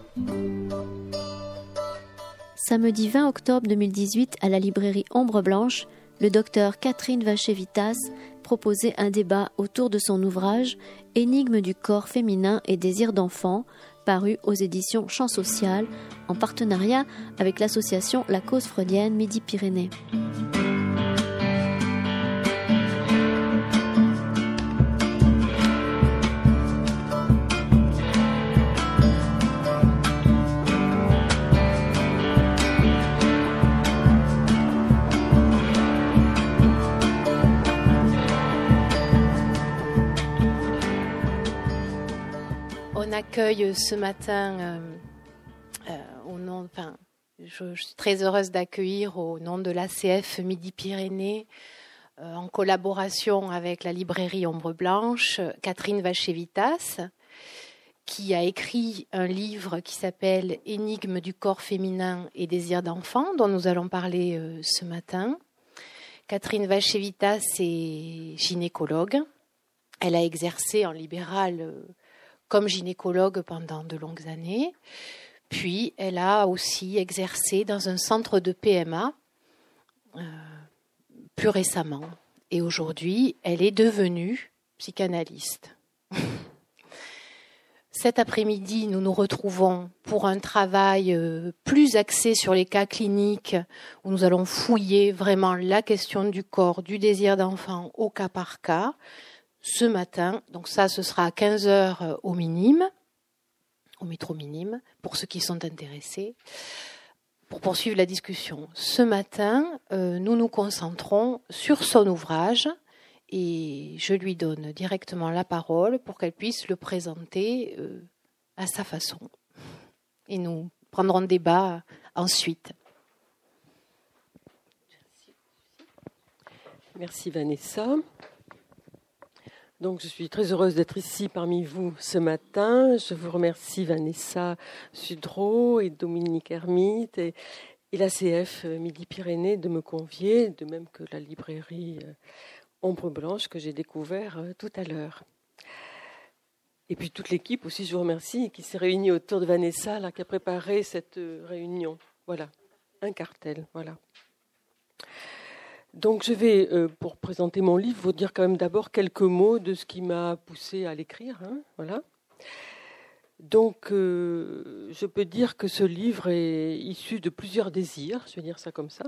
Samedi 20 octobre 2018, à la librairie Ombre Blanche, le docteur Catherine Vachevitas proposait un débat autour de son ouvrage « Énigmes du corps féminin et désir d'enfant » paru aux éditions Champs Social, en partenariat avec l'association La Cause Freudienne Midi-Pyrénées. On accueille ce matin, je suis très heureuse d'accueillir au nom de l'ACF Midi-Pyrénées, en collaboration avec la librairie Ombre Blanche, Catherine Vachevitas, qui a écrit un livre qui s'appelle « Énigmes du corps féminin et désir d'enfant », dont nous allons parler ce matin. Catherine Vachevitas est gynécologue. Elle a exercé en libéral comme gynécologue pendant de longues années. Puis, elle a aussi exercé dans un centre de PMA plus récemment. Et aujourd'hui, elle est devenue psychanalyste. Cet après-midi, nous nous retrouvons pour un travail plus axé sur les cas cliniques, où nous allons fouiller vraiment la question du corps, du désir d'enfant au cas par cas. Ce matin, donc ça, ce sera à 15h au métro minime, pour ceux qui sont intéressés, pour poursuivre la discussion. Ce matin, nous nous concentrons sur son ouvrage et je lui donne directement la parole pour qu'elle puisse le présenter à sa façon. Et nous prendrons le débat ensuite. Merci Vanessa. Donc, je suis très heureuse d'être ici parmi vous ce matin. Je vous remercie Vanessa Sudreau et Dominique Hermite et l'ACF Midi-Pyrénées de me convier, de même que la librairie Ombre Blanche que j'ai découvert tout à l'heure. Et puis toute l'équipe aussi, je vous remercie, qui s'est réunie autour de Vanessa, là, qui a préparé cette réunion. Voilà, un cartel, voilà. Donc je vais, pour présenter mon livre, vous dire quand même d'abord quelques mots de ce qui m'a poussé à l'écrire. Voilà. Donc je peux dire que ce livre est issu de plusieurs désirs, je vais dire ça comme ça.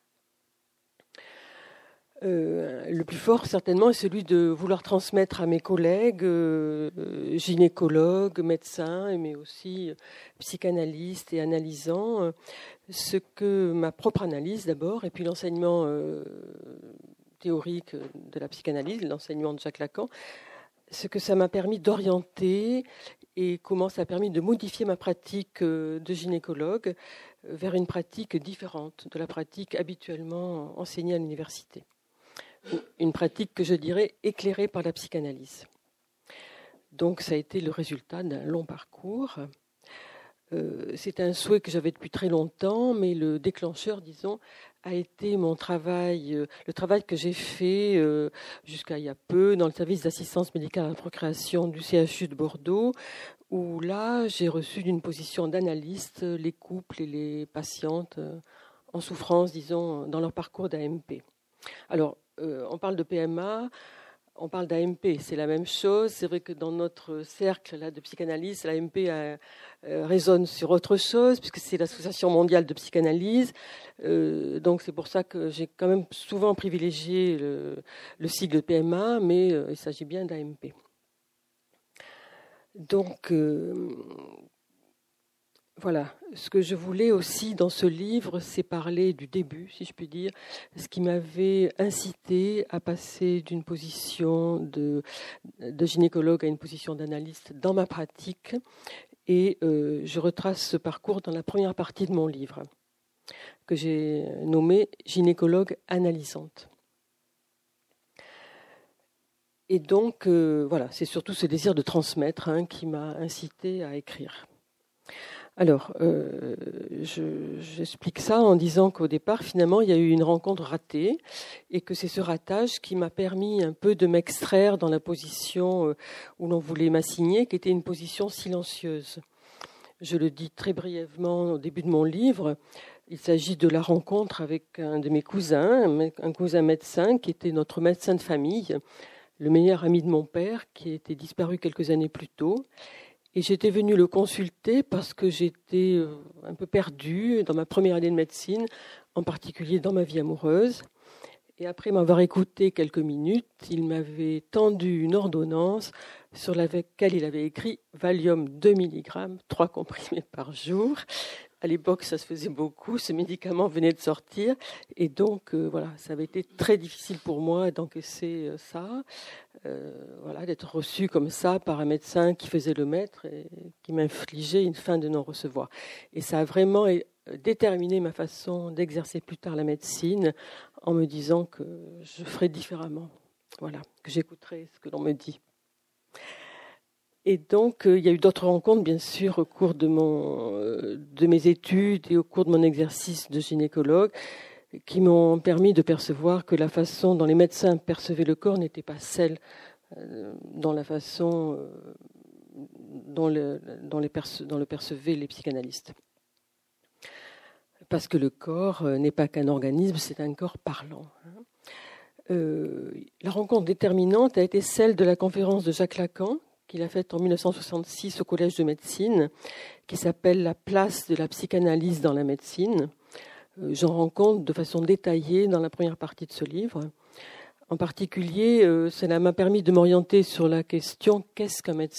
Le plus fort, certainement, est celui de vouloir transmettre à mes collègues, gynécologues, médecins, mais aussi psychanalystes et analysants, ce que ma propre analyse d'abord, et puis l'enseignement théorique de la psychanalyse, l'enseignement de Jacques Lacan, ce que ça m'a permis d'orienter et comment ça a permis de modifier ma pratique de gynécologue vers une pratique différente de la pratique habituellement enseignée à l'université. Une pratique que je dirais éclairée par la psychanalyse. Donc ça a été le résultat d'un long parcours. C'est un souhait que j'avais depuis très longtemps, mais le déclencheur, disons, a été mon travail, le travail que j'ai fait jusqu'à il y a peu dans le service d'assistance médicale à la procréation du CHU de Bordeaux, où là j'ai reçu d'une position d'analyste les couples et les patientes en souffrance, disons, dans leur parcours d'AMP. Alors, on parle de PMA, on parle d'AMP, c'est la même chose. C'est vrai que dans notre cercle là, de psychanalyse, l'AMP résonne sur autre chose, puisque c'est l'Association mondiale de psychanalyse. Donc c'est pour ça que j'ai quand même souvent privilégié le sigle PMA, mais il s'agit bien d'AMP. Donc voilà, ce que je voulais aussi dans ce livre, c'est parler du début, si je puis dire, ce qui m'avait incité à passer d'une position de gynécologue à une position d'analyste dans ma pratique. Et je retrace ce parcours dans la première partie de mon livre, que j'ai nommé « Gynécologue analysante ». Et donc, voilà, c'est surtout ce désir de transmettre qui m'a incité à écrire. Alors, j'explique ça en disant qu'au départ, finalement, il y a eu une rencontre ratée et que c'est ce ratage qui m'a permis un peu de m'extraire dans la position où l'on voulait m'assigner, qui était une position silencieuse. Je le dis très brièvement au début de mon livre. Il s'agit de la rencontre avec un de mes cousins, un cousin médecin qui était notre médecin de famille, le meilleur ami de mon père, qui était disparu quelques années plus tôt. Et j'étais venue le consulter parce que j'étais un peu perdue dans ma première année de médecine, en particulier dans ma vie amoureuse. Et après m'avoir écouté quelques minutes, il m'avait tendu une ordonnance sur laquelle il avait écrit Valium 2 mg, 3 comprimés par jour. À l'époque, ça se faisait beaucoup, ce médicament venait de sortir. Et donc, voilà, ça avait été très difficile pour moi d'encaisser ça, d'être reçu comme ça par un médecin qui faisait le maître et qui m'infligeait une fin de non-recevoir. Et ça a vraiment déterminé ma façon d'exercer plus tard la médecine en me disant que je ferais différemment, voilà, que j'écouterais ce que l'on me dit. Et donc, il y a eu d'autres rencontres, bien sûr, au cours de mes études et au cours de mon exercice de gynécologue, qui m'ont permis de percevoir que la façon dont les médecins percevaient le corps n'était pas celle dans la façon dont le percevaient les psychanalystes. Parce que le corps n'est pas qu'un organisme, c'est un corps parlant. La rencontre déterminante a été celle de la conférence de Jacques Lacan, qu'il a faite en 1966 au Collège de médecine, qui s'appelle « La place de la psychanalyse dans la médecine ». J'en rends compte de façon détaillée dans la première partie de ce livre. En particulier, cela m'a permis de m'orienter sur la question « Qu'est-ce qu'un médecin ?»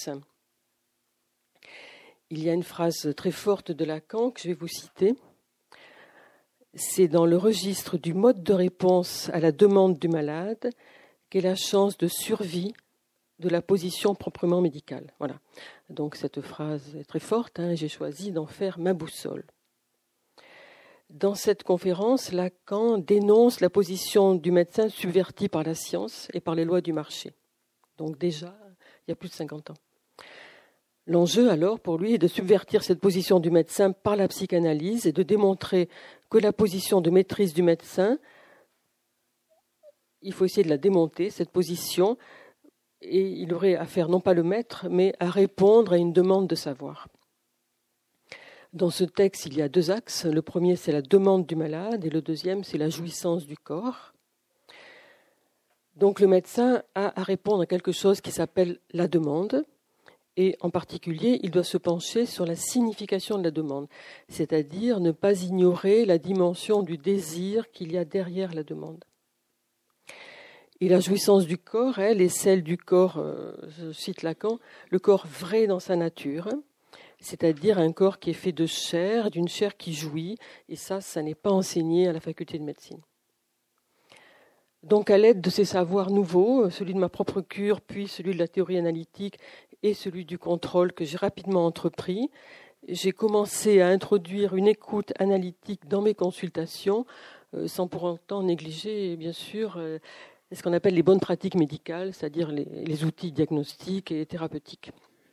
Il y a une phrase très forte de Lacan que je vais vous citer. C'est dans le registre du mode de réponse à la demande du malade qu'est la chance de survie de la position proprement médicale. Voilà. Donc cette phrase est très forte, j'ai choisi d'en faire ma boussole. Dans cette conférence, Lacan dénonce la position du médecin subvertie par la science et par les lois du marché. Donc déjà, il y a plus de 50 ans. L'enjeu, alors, pour lui, est de subvertir cette position du médecin par la psychanalyse et de démontrer que la position de maîtrise du médecin, il faut essayer de la démonter, cette position, et il aurait à faire non pas le maître, mais à répondre à une demande de savoir. Dans ce texte, il y a 2 axes. Le premier, c'est la demande du malade, et le deuxième, c'est la jouissance du corps. Donc le médecin a à répondre à quelque chose qui s'appelle la demande, et en particulier, il doit se pencher sur la signification de la demande, c'est-à-dire ne pas ignorer la dimension du désir qu'il y a derrière la demande. Et la jouissance du corps, elle, est celle du corps, je cite Lacan, le corps vrai dans sa nature, c'est-à-dire un corps qui est fait de chair, d'une chair qui jouit, et ça n'est pas enseigné à la faculté de médecine. Donc à l'aide de ces savoirs nouveaux, celui de ma propre cure, puis celui de la théorie analytique et celui du contrôle que j'ai rapidement entrepris, j'ai commencé à introduire une écoute analytique dans mes consultations, sans pour autant négliger, bien sûr, ce qu'on appelle les bonnes pratiques médicales, c'est-à-dire les outils diagnostiques et thérapeutiques.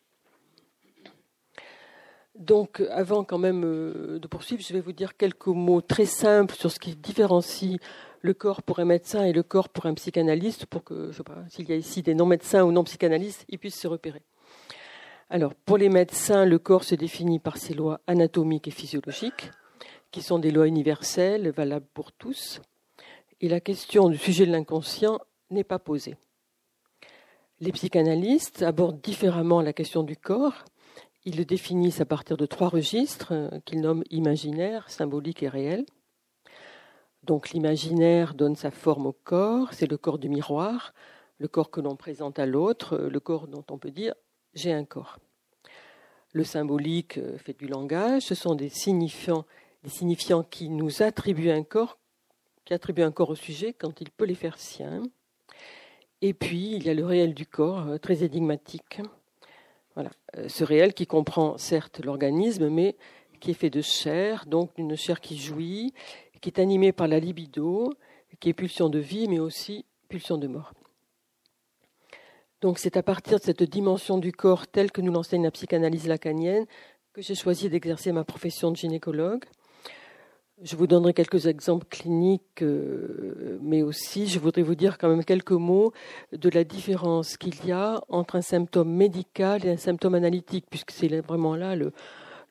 Donc, avant quand même de poursuivre, je vais vous dire quelques mots très simples sur ce qui différencie le corps pour un médecin et le corps pour un psychanalyste, pour que, je ne sais pas, s'il y a ici des non-médecins ou non-psychanalystes, ils puissent se repérer. Alors, pour les médecins, le corps se définit par ses lois anatomiques et physiologiques, qui sont des lois universelles, valables pour tous. Et la question du sujet de l'inconscient n'est pas posée. Les psychanalystes abordent différemment la question du corps. Ils le définissent à partir de 3 registres qu'ils nomment imaginaire, symbolique et réel. Donc l'imaginaire donne sa forme au corps, c'est le corps du miroir, le corps que l'on présente à l'autre, le corps dont on peut dire « j'ai un corps ». Le symbolique fait du langage, ce sont des signifiants qui nous attribuent un corps, qui attribuent un corps au sujet quand il peut les faire siens. Et puis il y a le réel du corps, très énigmatique. Voilà. Ce réel qui comprend certes l'organisme, mais qui est fait de chair, donc d'une chair qui jouit, qui est animée par la libido, qui est pulsion de vie, mais aussi pulsion de mort. Donc c'est à partir de cette dimension du corps telle que nous l'enseigne la psychanalyse lacanienne que j'ai choisi d'exercer ma profession de gynécologue. Je vous donnerai quelques exemples cliniques, mais aussi je voudrais vous dire quand même quelques mots de la différence qu'il y a entre un symptôme médical et un symptôme analytique, puisque c'est vraiment là le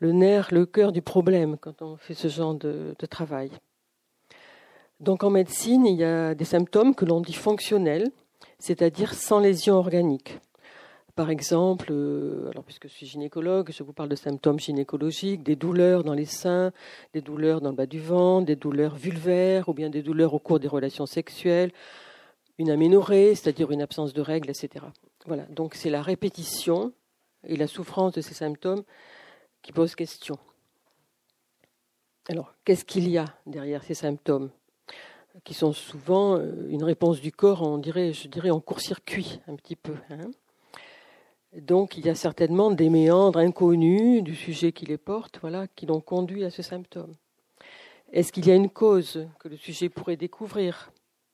nerf, le cœur du problème quand on fait ce genre de travail. Donc en médecine, il y a des symptômes que l'on dit fonctionnels, c'est-à-dire sans lésion organique. Par exemple, alors puisque je suis gynécologue, je vous parle de symptômes gynécologiques, des douleurs dans les seins, des douleurs dans le bas du ventre, des douleurs vulvaires ou bien des douleurs au cours des relations sexuelles, une aménorrhée, c'est-à-dire une absence de règles, etc. Voilà, donc c'est la répétition et la souffrance de ces symptômes qui posent question. Alors, qu'est-ce qu'il y a derrière ces symptômes qui sont souvent une réponse du corps, je dirais en court-circuit un petit peu. Donc, il y a certainement des méandres inconnus du sujet qui les porte, qui l'ont conduit à ce symptôme. Est-ce qu'il y a une cause que le sujet pourrait découvrir ?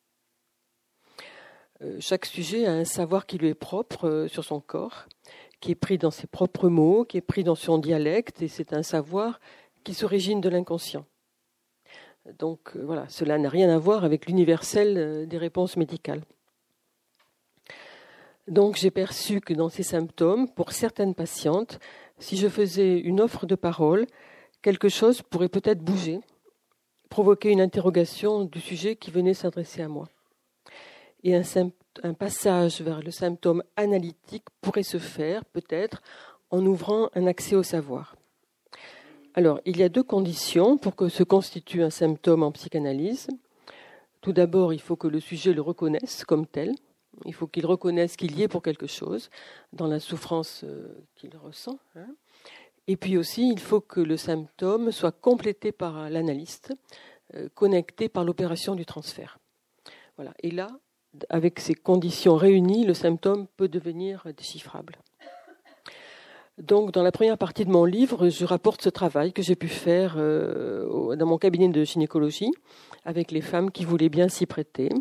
Chaque sujet a un savoir qui lui est propre sur son corps, qui est pris dans ses propres mots, qui est pris dans son dialecte, et c'est un savoir qui s'origine de l'inconscient. Donc cela n'a rien à voir avec l'universel des réponses médicales. Donc j'ai perçu que dans ces symptômes, pour certaines patientes, si je faisais une offre de parole, quelque chose pourrait peut-être bouger, provoquer une interrogation du sujet qui venait s'adresser à moi. Et un passage vers le symptôme analytique pourrait se faire, peut-être, en ouvrant un accès au savoir. Alors, il y a deux conditions pour que se constitue un symptôme en psychanalyse. Tout d'abord, il faut que le sujet le reconnaisse comme tel. Il faut qu'il reconnaisse qu'il y est pour quelque chose, dans la souffrance qu'il ressent. Et puis aussi, il faut que le symptôme soit complété par l'analyste, connecté par l'opération du transfert. Voilà. Et là, avec ces conditions réunies, le symptôme peut devenir déchiffrable. Donc, dans la première partie de mon livre, je rapporte ce travail que j'ai pu faire dans mon cabinet de gynécologie avec les femmes qui voulaient bien s'y prêter.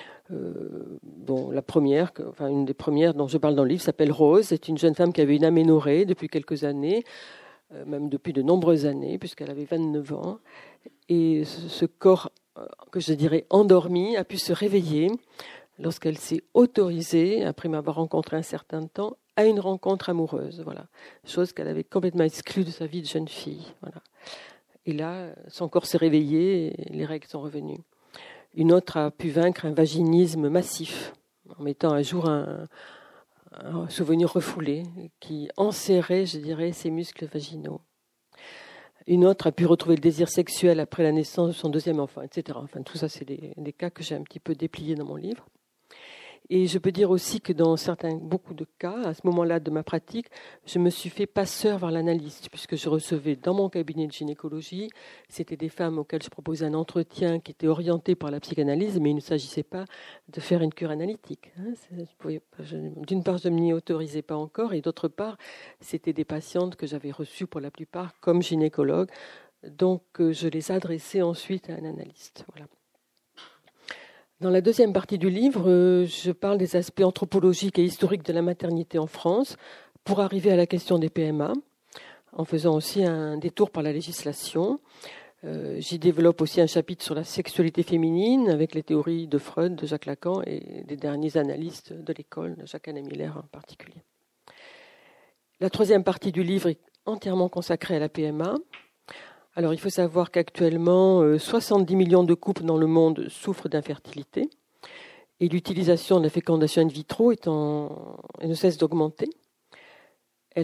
Une des premières dont je parle dans le livre s'appelle Rose. C'est une jeune femme qui avait une aménorrhée depuis quelques années, même depuis de nombreuses années, puisqu'elle avait 29 ans. Et ce corps, que je dirais endormi, a pu se réveiller lorsqu'elle s'est autorisée, après m'avoir rencontré un certain temps, à une rencontre amoureuse. Voilà. Chose qu'elle avait complètement exclue de sa vie de jeune fille. Voilà. Et là, son corps s'est réveillé et les règles sont revenues. Une autre a pu vaincre un vaginisme massif, en mettant à jour un souvenir refoulé qui enserrait, je dirais, ses muscles vaginaux. Une autre a pu retrouver le désir sexuel après la naissance de son deuxième enfant, etc. Enfin, tout ça, c'est des cas que j'ai un petit peu dépliés dans mon livre. Et je peux dire aussi que dans beaucoup de cas, à ce moment-là de ma pratique, je me suis fait passeur vers l'analyste, puisque je recevais dans mon cabinet de gynécologie, c'était des femmes auxquelles je proposais un entretien qui était orienté par la psychanalyse, mais il ne s'agissait pas de faire une cure analytique. D'une part, je ne m'y autorisais pas encore, et d'autre part, c'était des patientes que j'avais reçues pour la plupart comme gynécologue, donc je les adressais ensuite à un analyste. Voilà. Dans la deuxième partie du livre, je parle des aspects anthropologiques et historiques de la maternité en France pour arriver à la question des PMA, en faisant aussi un détour par la législation. J'y développe aussi un chapitre sur la sexualité féminine avec les théories de Freud, de Jacques Lacan et des derniers analystes de l'école, de Jacques-Anne Miller en particulier. La troisième partie du livre est entièrement consacrée à la PMA. Alors, il faut savoir qu'actuellement, 70 millions de couples dans le monde souffrent d'infertilité et l'utilisation de la fécondation in vitro ne cesse d'augmenter. Elle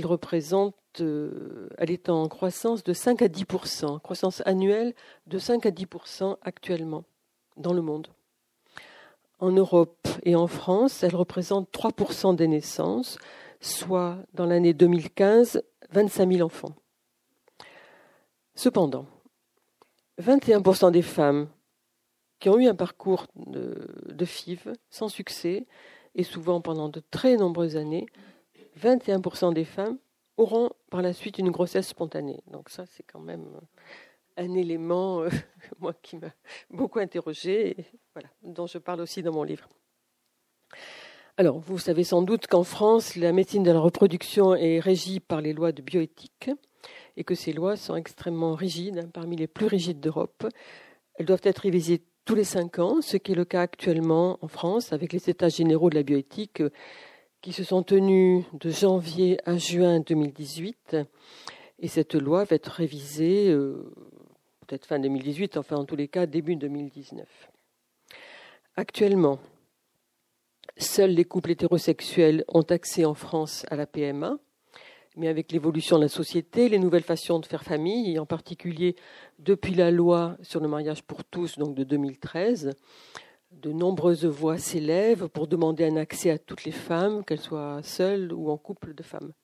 est en croissance de 5 à 10%, croissance annuelle de 5 à 10% actuellement dans le monde. En Europe et en France, elle représente 3% des naissances, soit dans l'année 2015, 25 000 enfants. Cependant, 21% des femmes qui ont eu un parcours de FIV sans succès, et souvent pendant de très nombreuses années, 21% des femmes auront par la suite une grossesse spontanée. Donc ça, c'est quand même un élément moi, qui m'a beaucoup interrogée, et dont je parle aussi dans mon livre. Alors, vous savez sans doute qu'en France, la médecine de la reproduction est régie par les lois de bioéthique, et que ces lois sont extrêmement rigides, parmi les plus rigides d'Europe. Elles doivent être révisées tous les 5 ans, ce qui est le cas actuellement en France, avec les états généraux de la bioéthique qui se sont tenus de janvier à juin 2018. Et cette loi va être révisée peut-être fin 2018, enfin en tous les cas début 2019. Actuellement, seuls les couples hétérosexuels ont accès en France à la PMA, mais avec l'évolution de la société, les nouvelles façons de faire famille, et en particulier depuis la loi sur le mariage pour tous, donc de 2013, de nombreuses voix s'élèvent pour demander un accès à toutes les femmes, qu'elles soient seules ou en couple de femmes.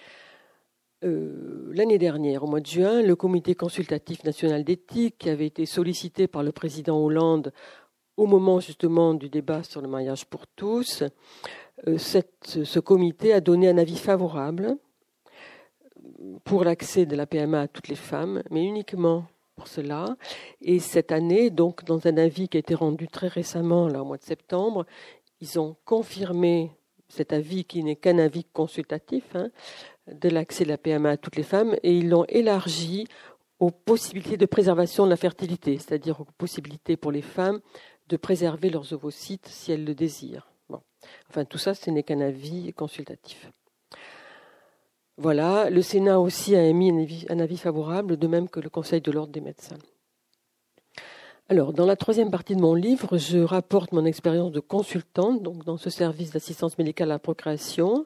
L'année dernière, au mois de juin, le Comité consultatif national d'éthique, qui avait été sollicité par le président Hollande au moment justement du débat sur le mariage pour tous, ce comité a donné un avis favorable pour l'accès de la PMA à toutes les femmes, mais uniquement pour cela. Et cette année, donc, dans un avis qui a été rendu très récemment, là, au mois de septembre, ils ont confirmé cet avis qui n'est qu'un avis consultatif, de l'accès de la PMA à toutes les femmes, et ils l'ont élargi aux possibilités de préservation de la fertilité, c'est-à-dire aux possibilités pour les femmes de préserver leurs ovocytes si elles le désirent. Bon. Enfin, tout ça, ce n'est qu'un avis consultatif. Voilà, le Sénat aussi a émis un avis favorable, de même que le Conseil de l'Ordre des médecins. Alors, dans la troisième partie de mon livre, je rapporte mon expérience de consultante, donc dans ce service d'assistance médicale à la procréation.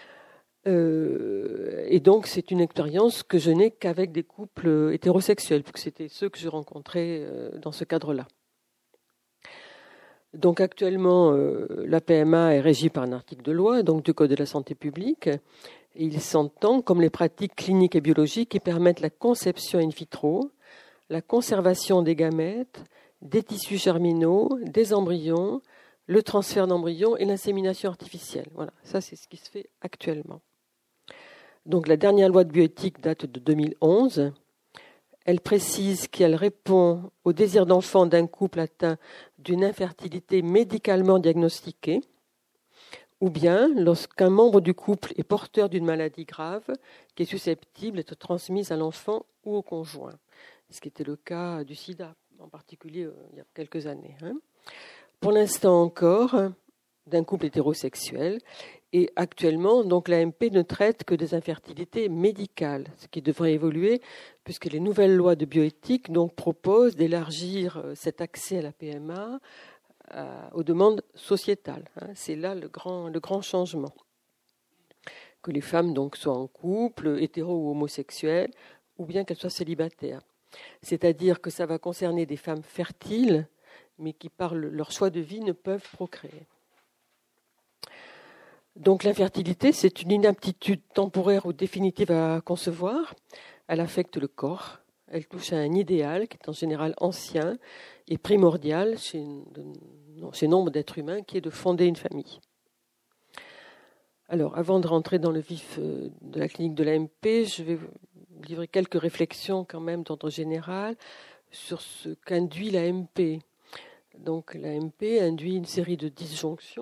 Et donc, c'est une expérience que je n'ai qu'avec des couples hétérosexuels, puisque c'était ceux que je rencontrais dans ce cadre-là. Donc, actuellement, la PMA est régie par un article de loi, donc du Code de la santé publique. Et il s'entend comme les pratiques cliniques et biologiques qui permettent la conception in vitro, la conservation des gamètes, des tissus germinaux, des embryons, le transfert d'embryons et l'insémination artificielle. Voilà, ça c'est ce qui se fait actuellement. Donc la dernière loi de bioéthique date de 2011. Elle précise qu'elle répond au désir d'enfant d'un couple atteint d'une infertilité médicalement diagnostiquée, ou bien lorsqu'un membre du couple est porteur d'une maladie grave qui est susceptible d'être transmise à l'enfant ou au conjoint, ce qui était le cas du sida, en particulier il y a quelques années. Pour l'instant encore, d'un couple hétérosexuel, et actuellement, donc l'AMP ne traite que des infertilités médicales, ce qui devrait évoluer, puisque les nouvelles lois de bioéthique donc, proposent d'élargir cet accès à la PMA aux demandes sociétales. C'est là le grand changement. Que les femmes donc soient en couple, hétéro ou homosexuelles, ou bien qu'elles soient célibataires. C'est-à-dire que ça va concerner des femmes fertiles, mais qui par leur choix de vie ne peuvent procréer. Donc l'infertilité, c'est une inaptitude temporaire ou définitive à concevoir. Elle affecte le corps. Elle touche à un idéal qui est en général ancien et primordial chez nombre d'êtres humains, qui est de fonder une famille. Alors, avant de rentrer dans le vif de la clinique de l'AMP, je vais vous livrer quelques réflexions quand même d'ordre général sur ce qu'induit l'AMP. Donc l'AMP induit une série de disjonctions.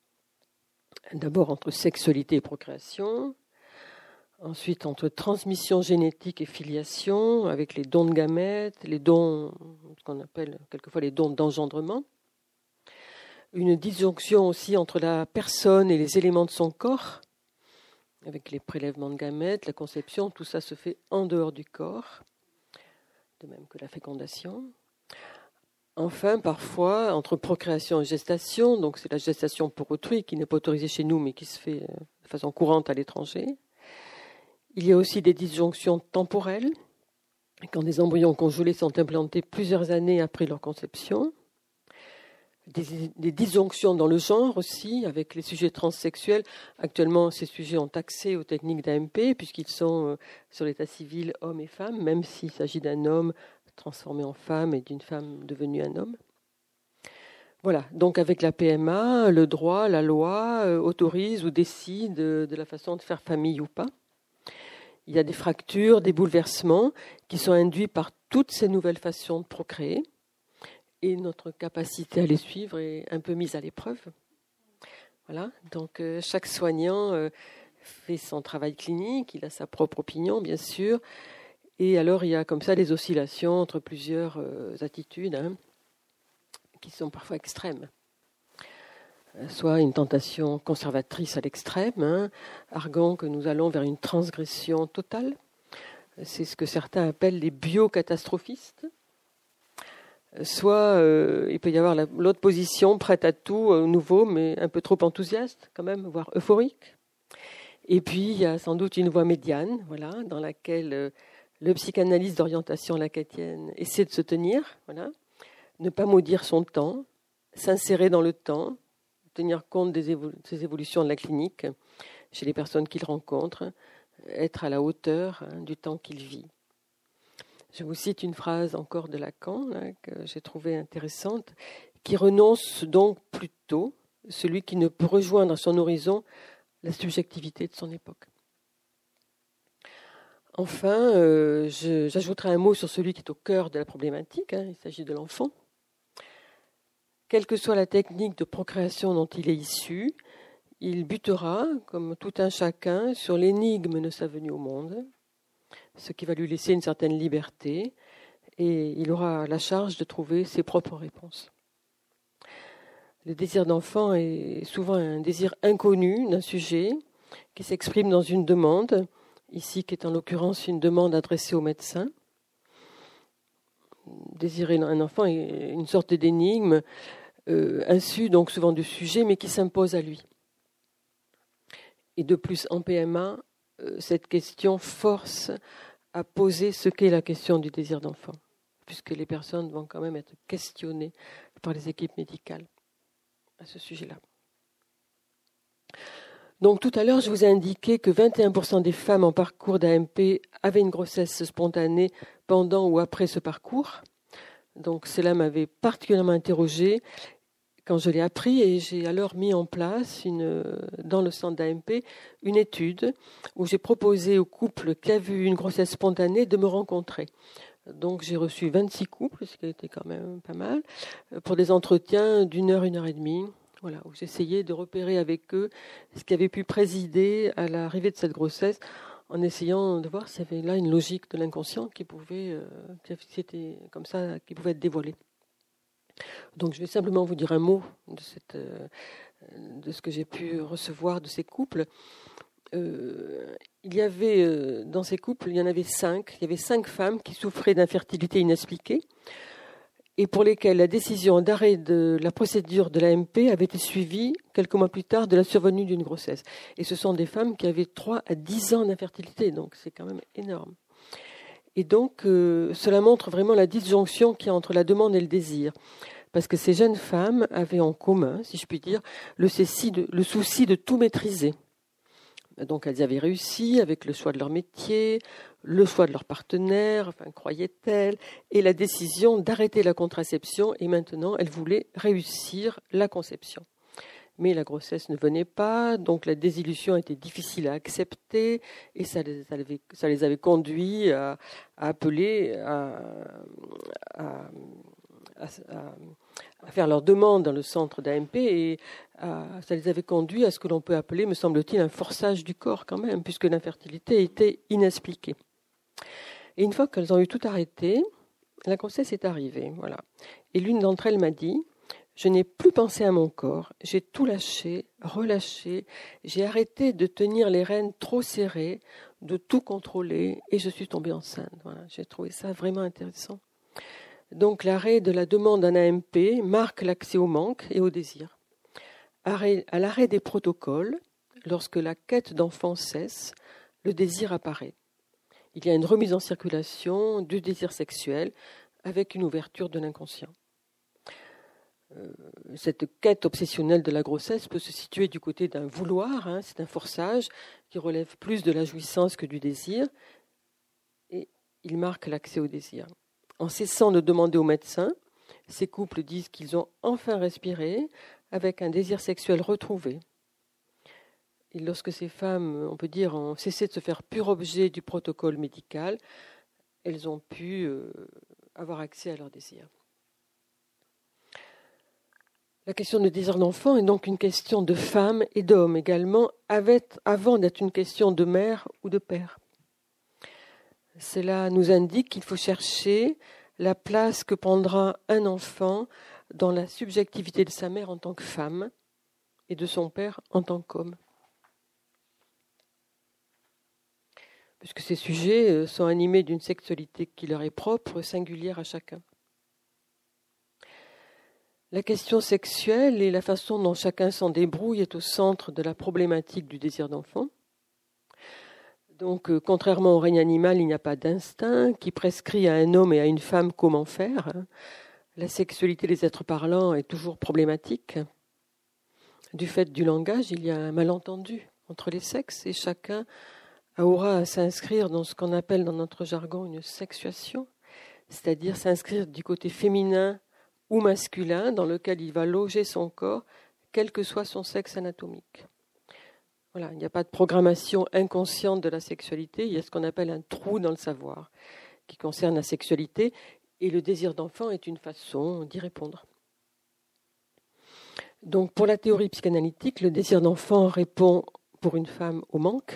D'abord entre sexualité et procréation, ensuite entre transmission génétique et filiation, avec les dons de gamètes, les dons, ce qu'on appelle quelquefois les dons d'engendrement. Une disjonction aussi entre la personne et les éléments de son corps, avec les prélèvements de gamètes, la conception, tout ça se fait en dehors du corps, de même que la fécondation. Enfin, parfois, entre procréation et gestation, donc c'est la gestation pour autrui qui n'est pas autorisée chez nous, mais qui se fait de façon courante à l'étranger. Il y a aussi des disjonctions temporelles, quand des embryons congelés sont implantés plusieurs années après leur conception. Des disjonctions dans le genre aussi, avec les sujets transsexuels. Actuellement, ces sujets ont accès aux techniques d'AMP, puisqu'ils sont sur l'état civil hommes et femmes, même s'il s'agit d'un homme transformé en femme et d'une femme devenue un homme. Voilà, donc avec la PMA, le droit, la loi autorise ou décide de la façon de faire famille ou pas. Il y a des fractures, des bouleversements qui sont induits par toutes ces nouvelles façons de procréer. Et notre capacité à les suivre est un peu mise à l'épreuve. Voilà, donc chaque soignant fait son travail clinique, il a sa propre opinion, bien sûr. Et alors, il y a comme ça des oscillations entre plusieurs attitudes qui sont parfois extrêmes. Soit une tentation conservatrice à l'extrême, arguant que nous allons vers une transgression totale, C'est ce que certains appellent les biocatastrophistes. Soit il peut y avoir l'autre position, prête à tout, nouveau, mais un peu trop enthousiaste quand même, voire euphorique. Et puis il y a sans doute une voie médiane, voilà, dans laquelle le psychanalyste d'orientation lacanienne essaie de se tenir, voilà, ne pas maudire son temps, s'insérer dans le temps, tenir compte des ces évolutions de la clinique chez les personnes qu'il rencontre, être à la hauteur du temps qu'il vit. Je vous cite une phrase encore de Lacan que j'ai trouvée intéressante, qui renonce donc plutôt celui qui ne peut rejoindre à son horizon la subjectivité de son époque. Enfin, j'ajouterai un mot sur celui qui est au cœur de la problématique, il s'agit de l'enfant. Quelle que soit la technique de procréation dont il est issu, il butera, comme tout un chacun, sur l'énigme de sa venue au monde, ce qui va lui laisser une certaine liberté, et il aura la charge de trouver ses propres réponses. Le désir d'enfant est souvent un désir inconnu d'un sujet qui s'exprime dans une demande, ici qui est en l'occurrence une demande adressée au médecin. Désirer un enfant est une sorte d'énigme, insu donc souvent du sujet, mais qui s'impose à lui. Et de plus, en PMA, cette question force à poser ce qu'est la question du désir d'enfant, puisque les personnes vont quand même être questionnées par les équipes médicales à ce sujet-là. Donc tout à l'heure, je vous ai indiqué que 21% des femmes en parcours d'AMP avaient une grossesse spontanée pendant ou après ce parcours. Donc cela m'avait particulièrement interrogée quand je l'ai appris, et j'ai alors mis en place dans le centre d'AMP une étude où j'ai proposé aux couples qui avaient eu une grossesse spontanée de me rencontrer. Donc j'ai reçu 26 couples, ce qui a été quand même pas mal, pour des entretiens d'1 heure, 1 heure et demie, voilà, où j'essayais de repérer avec eux ce qui avait pu présider à l'arrivée de cette grossesse, en essayant de voir s'il y avait là une logique de l'inconscient qui pouvait être dévoilée. Donc je vais simplement vous dire un mot de ce que j'ai pu recevoir de ces couples. Il y avait dans ces couples, il y en avait 5. Il y avait 5 femmes qui souffraient d'infertilité inexpliquée et pour lesquelles la décision d'arrêt de la procédure de l'AMP avait été suivie quelques mois plus tard de la survenue d'une grossesse. Et ce sont des femmes qui avaient 3 à 10 ans d'infertilité, donc c'est quand même énorme. Et donc, cela montre vraiment la disjonction qu'il y a entre la demande et le désir. Parce que ces jeunes femmes avaient en commun, si je puis dire, le souci de tout maîtriser. Donc, elles avaient réussi avec le choix de leur métier, le choix de leur partenaire, croyaient-elles, et la décision d'arrêter la contraception. Et maintenant, elles voulaient réussir la conception. Mais la grossesse ne venait pas, donc la désillusion était difficile à accepter et ça les avait conduits à appeler, à faire leur demande dans le centre d'AMP et ça les avait conduits à ce que l'on peut appeler, me semble-t-il, un forçage du corps quand même, puisque l'infertilité était inexpliquée. Et une fois qu'elles ont eu tout arrêté, la grossesse est arrivée. Voilà. Et l'une d'entre elles m'a dit: je n'ai plus pensé à mon corps, j'ai tout lâché, relâché, j'ai arrêté de tenir les rênes trop serrées, de tout contrôler, et je suis tombée enceinte. Voilà, j'ai trouvé ça vraiment intéressant. Donc l'arrêt de la demande en AMP marque l'accès au manque et au désir. À l'arrêt des protocoles, lorsque la quête d'enfant cesse, le désir apparaît. Il y a une remise en circulation du désir sexuel avec une ouverture de l'inconscient. Cette quête obsessionnelle de la grossesse peut se situer du côté d'un vouloir, c'est un forçage qui relève plus de la jouissance que du désir, et il marque l'accès au désir. En cessant de demander au médecin, ces couples disent qu'ils ont enfin respiré avec un désir sexuel retrouvé. Et lorsque ces femmes, on peut dire, ont cessé de se faire pur objet du protocole médical, elles ont pu avoir accès à leur désir. La question du désir d'enfant est donc une question de femme et d'homme également, avant d'être une question de mère ou de père. Cela nous indique qu'il faut chercher la place que prendra un enfant dans la subjectivité de sa mère en tant que femme et de son père en tant qu'homme. puisque ces sujets sont animés d'une sexualité qui leur est propre, singulière à chacun. La question sexuelle et la façon dont chacun s'en débrouille est au centre de la problématique du désir d'enfant. Donc, contrairement au règne animal, il n'y a pas d'instinct qui prescrit à un homme et à une femme comment faire. La sexualité des êtres parlants est toujours problématique. Du fait du langage, il y a un malentendu entre les sexes et chacun aura à s'inscrire dans ce qu'on appelle dans notre jargon une sexuation, c'est-à-dire s'inscrire du côté féminin ou masculin dans lequel il va loger son corps, quel que soit son sexe anatomique. Voilà, il n'y a pas de programmation inconsciente de la sexualité, il y a ce qu'on appelle un trou dans le savoir qui concerne la sexualité, et le désir d'enfant est une façon d'y répondre. Donc pour la théorie psychanalytique, le désir d'enfant répond pour une femme au manque.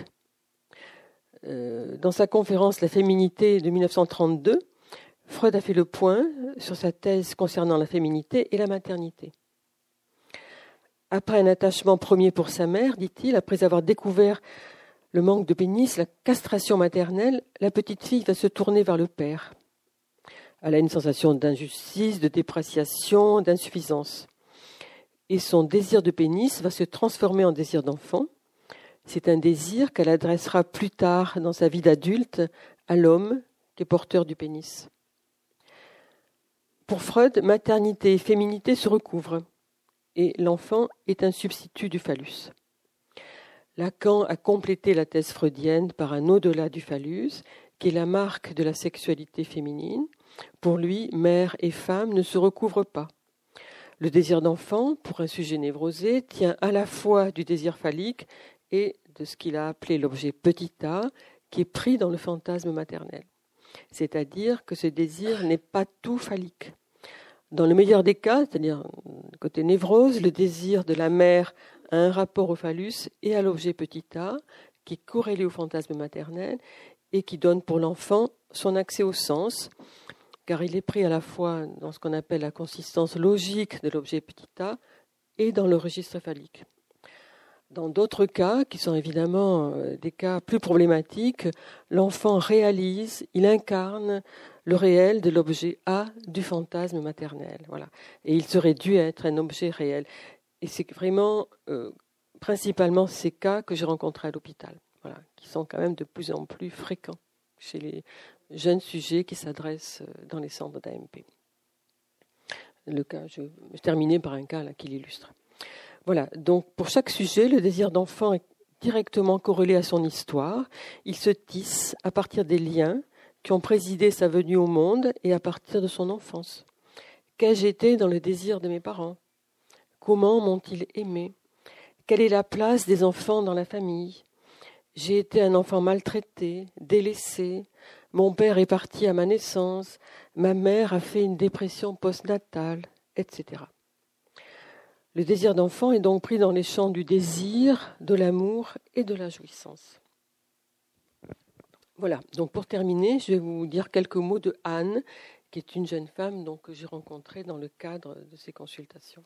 Dans sa conférence La féminité de 1932, Freud a fait le point sur sa thèse concernant la féminité et la maternité. Après un attachement premier pour sa mère, dit-il, après avoir découvert le manque de pénis, la castration maternelle, la petite fille va se tourner vers le père. Elle a une sensation d'injustice, de dépréciation, d'insuffisance. Et son désir de pénis va se transformer en désir d'enfant. C'est un désir qu'elle adressera plus tard dans sa vie d'adulte à l'homme qui est porteur du pénis. Pour Freud, maternité et féminité se recouvrent et l'enfant est un substitut du phallus. Lacan a complété la thèse freudienne par un au-delà du phallus, qui est la marque de la sexualité féminine. Pour lui, mère et femme ne se recouvrent pas. Le désir d'enfant, pour un sujet névrosé, tient à la fois du désir phallique et de ce qu'il a appelé l'objet petit a, qui est pris dans le fantasme maternel. C'est-à-dire que ce désir n'est pas tout phallique. Dans le meilleur des cas, c'est-à-dire côté névrose, le désir de la mère a un rapport au phallus et à l'objet petit a, qui est corrélé au fantasme maternel et qui donne pour l'enfant son accès au sens, car il est pris à la fois dans ce qu'on appelle la consistance logique de l'objet petit a et dans le registre phallique. Dans d'autres cas, qui sont évidemment des cas plus problématiques, l'enfant réalise, il incarne le réel de l'objet A du fantasme maternel. Voilà. Et il serait dû être un objet réel. Et c'est vraiment principalement ces cas que j'ai rencontrés à l'hôpital, voilà, qui sont quand même de plus en plus fréquents chez les jeunes sujets qui s'adressent dans les centres d'AMP. Le cas, je terminais par un cas là, qui l'illustre. Voilà, donc pour chaque sujet, le désir d'enfant est directement corrélé à son histoire. Il se tisse à partir des liens qui ont présidé sa venue au monde et à partir de son enfance. Qu'ai-je été dans le désir de mes parents ? Comment m'ont-ils aimé ? Quelle est la place des enfants dans la famille ? J'ai été un enfant maltraité, délaissé. Mon père est parti à ma naissance. Ma mère a fait une dépression postnatale, etc. Le désir d'enfant est donc pris dans les champs du désir, de l'amour et de la jouissance. Voilà, donc pour terminer, je vais vous dire quelques mots de Anne, qui est une jeune femme que j'ai rencontrée dans le cadre de ces consultations.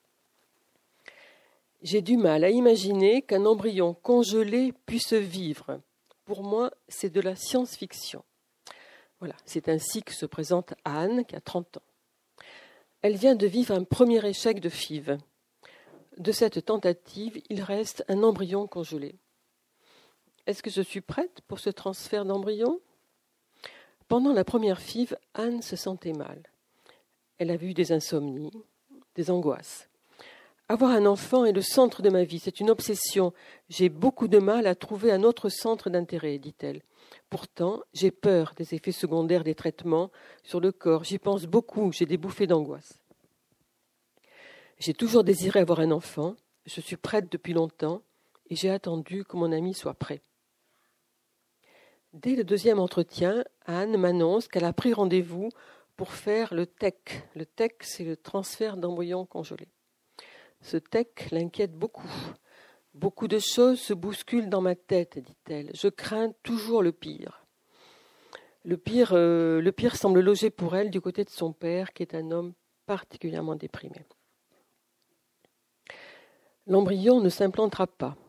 J'ai du mal à imaginer qu'un embryon congelé puisse vivre. Pour moi, c'est de la science-fiction. Voilà, c'est ainsi que se présente Anne, qui a 30 ans. Elle vient de vivre un premier échec de FIV. De cette tentative, il reste un embryon congelé. Est-ce que je suis prête pour ce transfert d'embryon ? Pendant la première FIV, Anne se sentait mal. Elle a eu des insomnies, des angoisses. Avoir un enfant est le centre de ma vie, c'est une obsession. J'ai beaucoup de mal à trouver un autre centre d'intérêt, dit-elle. Pourtant, j'ai peur des effets secondaires des traitements sur le corps. J'y pense beaucoup, j'ai des bouffées d'angoisse. J'ai toujours désiré avoir un enfant, je suis prête depuis longtemps et j'ai attendu que mon ami soit prêt. Dès le deuxième entretien, Anne m'annonce qu'elle a pris rendez-vous pour faire le TEC. Le TEC, c'est le transfert d'embryon congelé. Ce TEC l'inquiète beaucoup. Beaucoup de choses se bousculent dans ma tête, dit-elle. Je crains toujours le pire. Le pire semble loger pour elle du côté de son père, qui est un homme particulièrement déprimé. L'embryon ne s'implantera pas.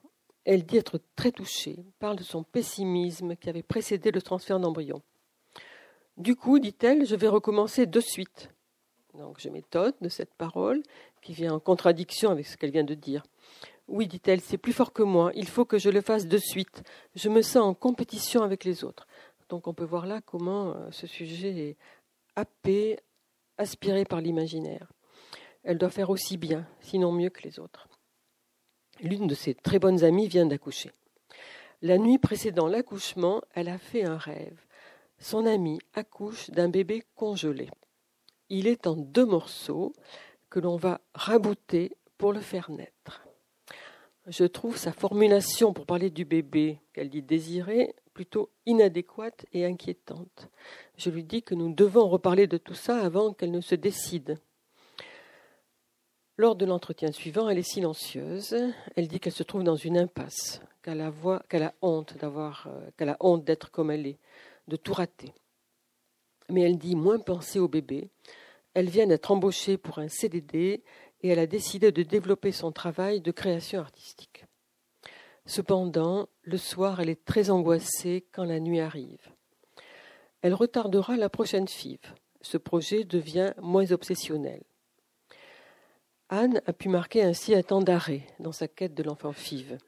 Elle dit être très touchée, parle de son pessimisme qui avait précédé le transfert d'embryon. Du coup, dit-elle, je vais recommencer de suite. Donc je m'étonne de cette parole qui vient en contradiction avec ce qu'elle vient de dire. Oui, dit-elle, c'est plus fort que moi, il faut que je le fasse de suite. Je me sens en compétition avec les autres. Donc on peut voir là comment ce sujet est happé, aspiré par l'imaginaire. Elle doit faire aussi bien, sinon mieux que les autres. L'une de ses très bonnes amies vient d'accoucher. La nuit précédant l'accouchement, elle a fait un rêve. Son amie accouche d'un bébé congelé. Il est en 2 morceaux que l'on va rabouter pour le faire naître. Je trouve sa formulation pour parler du bébé, qu'elle dit désiré, plutôt inadéquate et inquiétante. Je lui dis que nous devons reparler de tout ça avant qu'elle ne se décide. Lors de l'entretien suivant, elle est silencieuse. Elle dit qu'elle se trouve dans une impasse, qu'elle a honte d'être comme elle est, de tout rater. Mais elle dit moins penser au bébé. Elle vient d'être embauchée pour un CDD et elle a décidé de développer son travail de création artistique. Cependant, le soir, elle est très angoissée quand la nuit arrive. Elle retardera la prochaine FIV. Ce projet devient moins obsessionnel. Anne a pu marquer ainsi un temps d'arrêt dans sa quête de l'enfant FIV.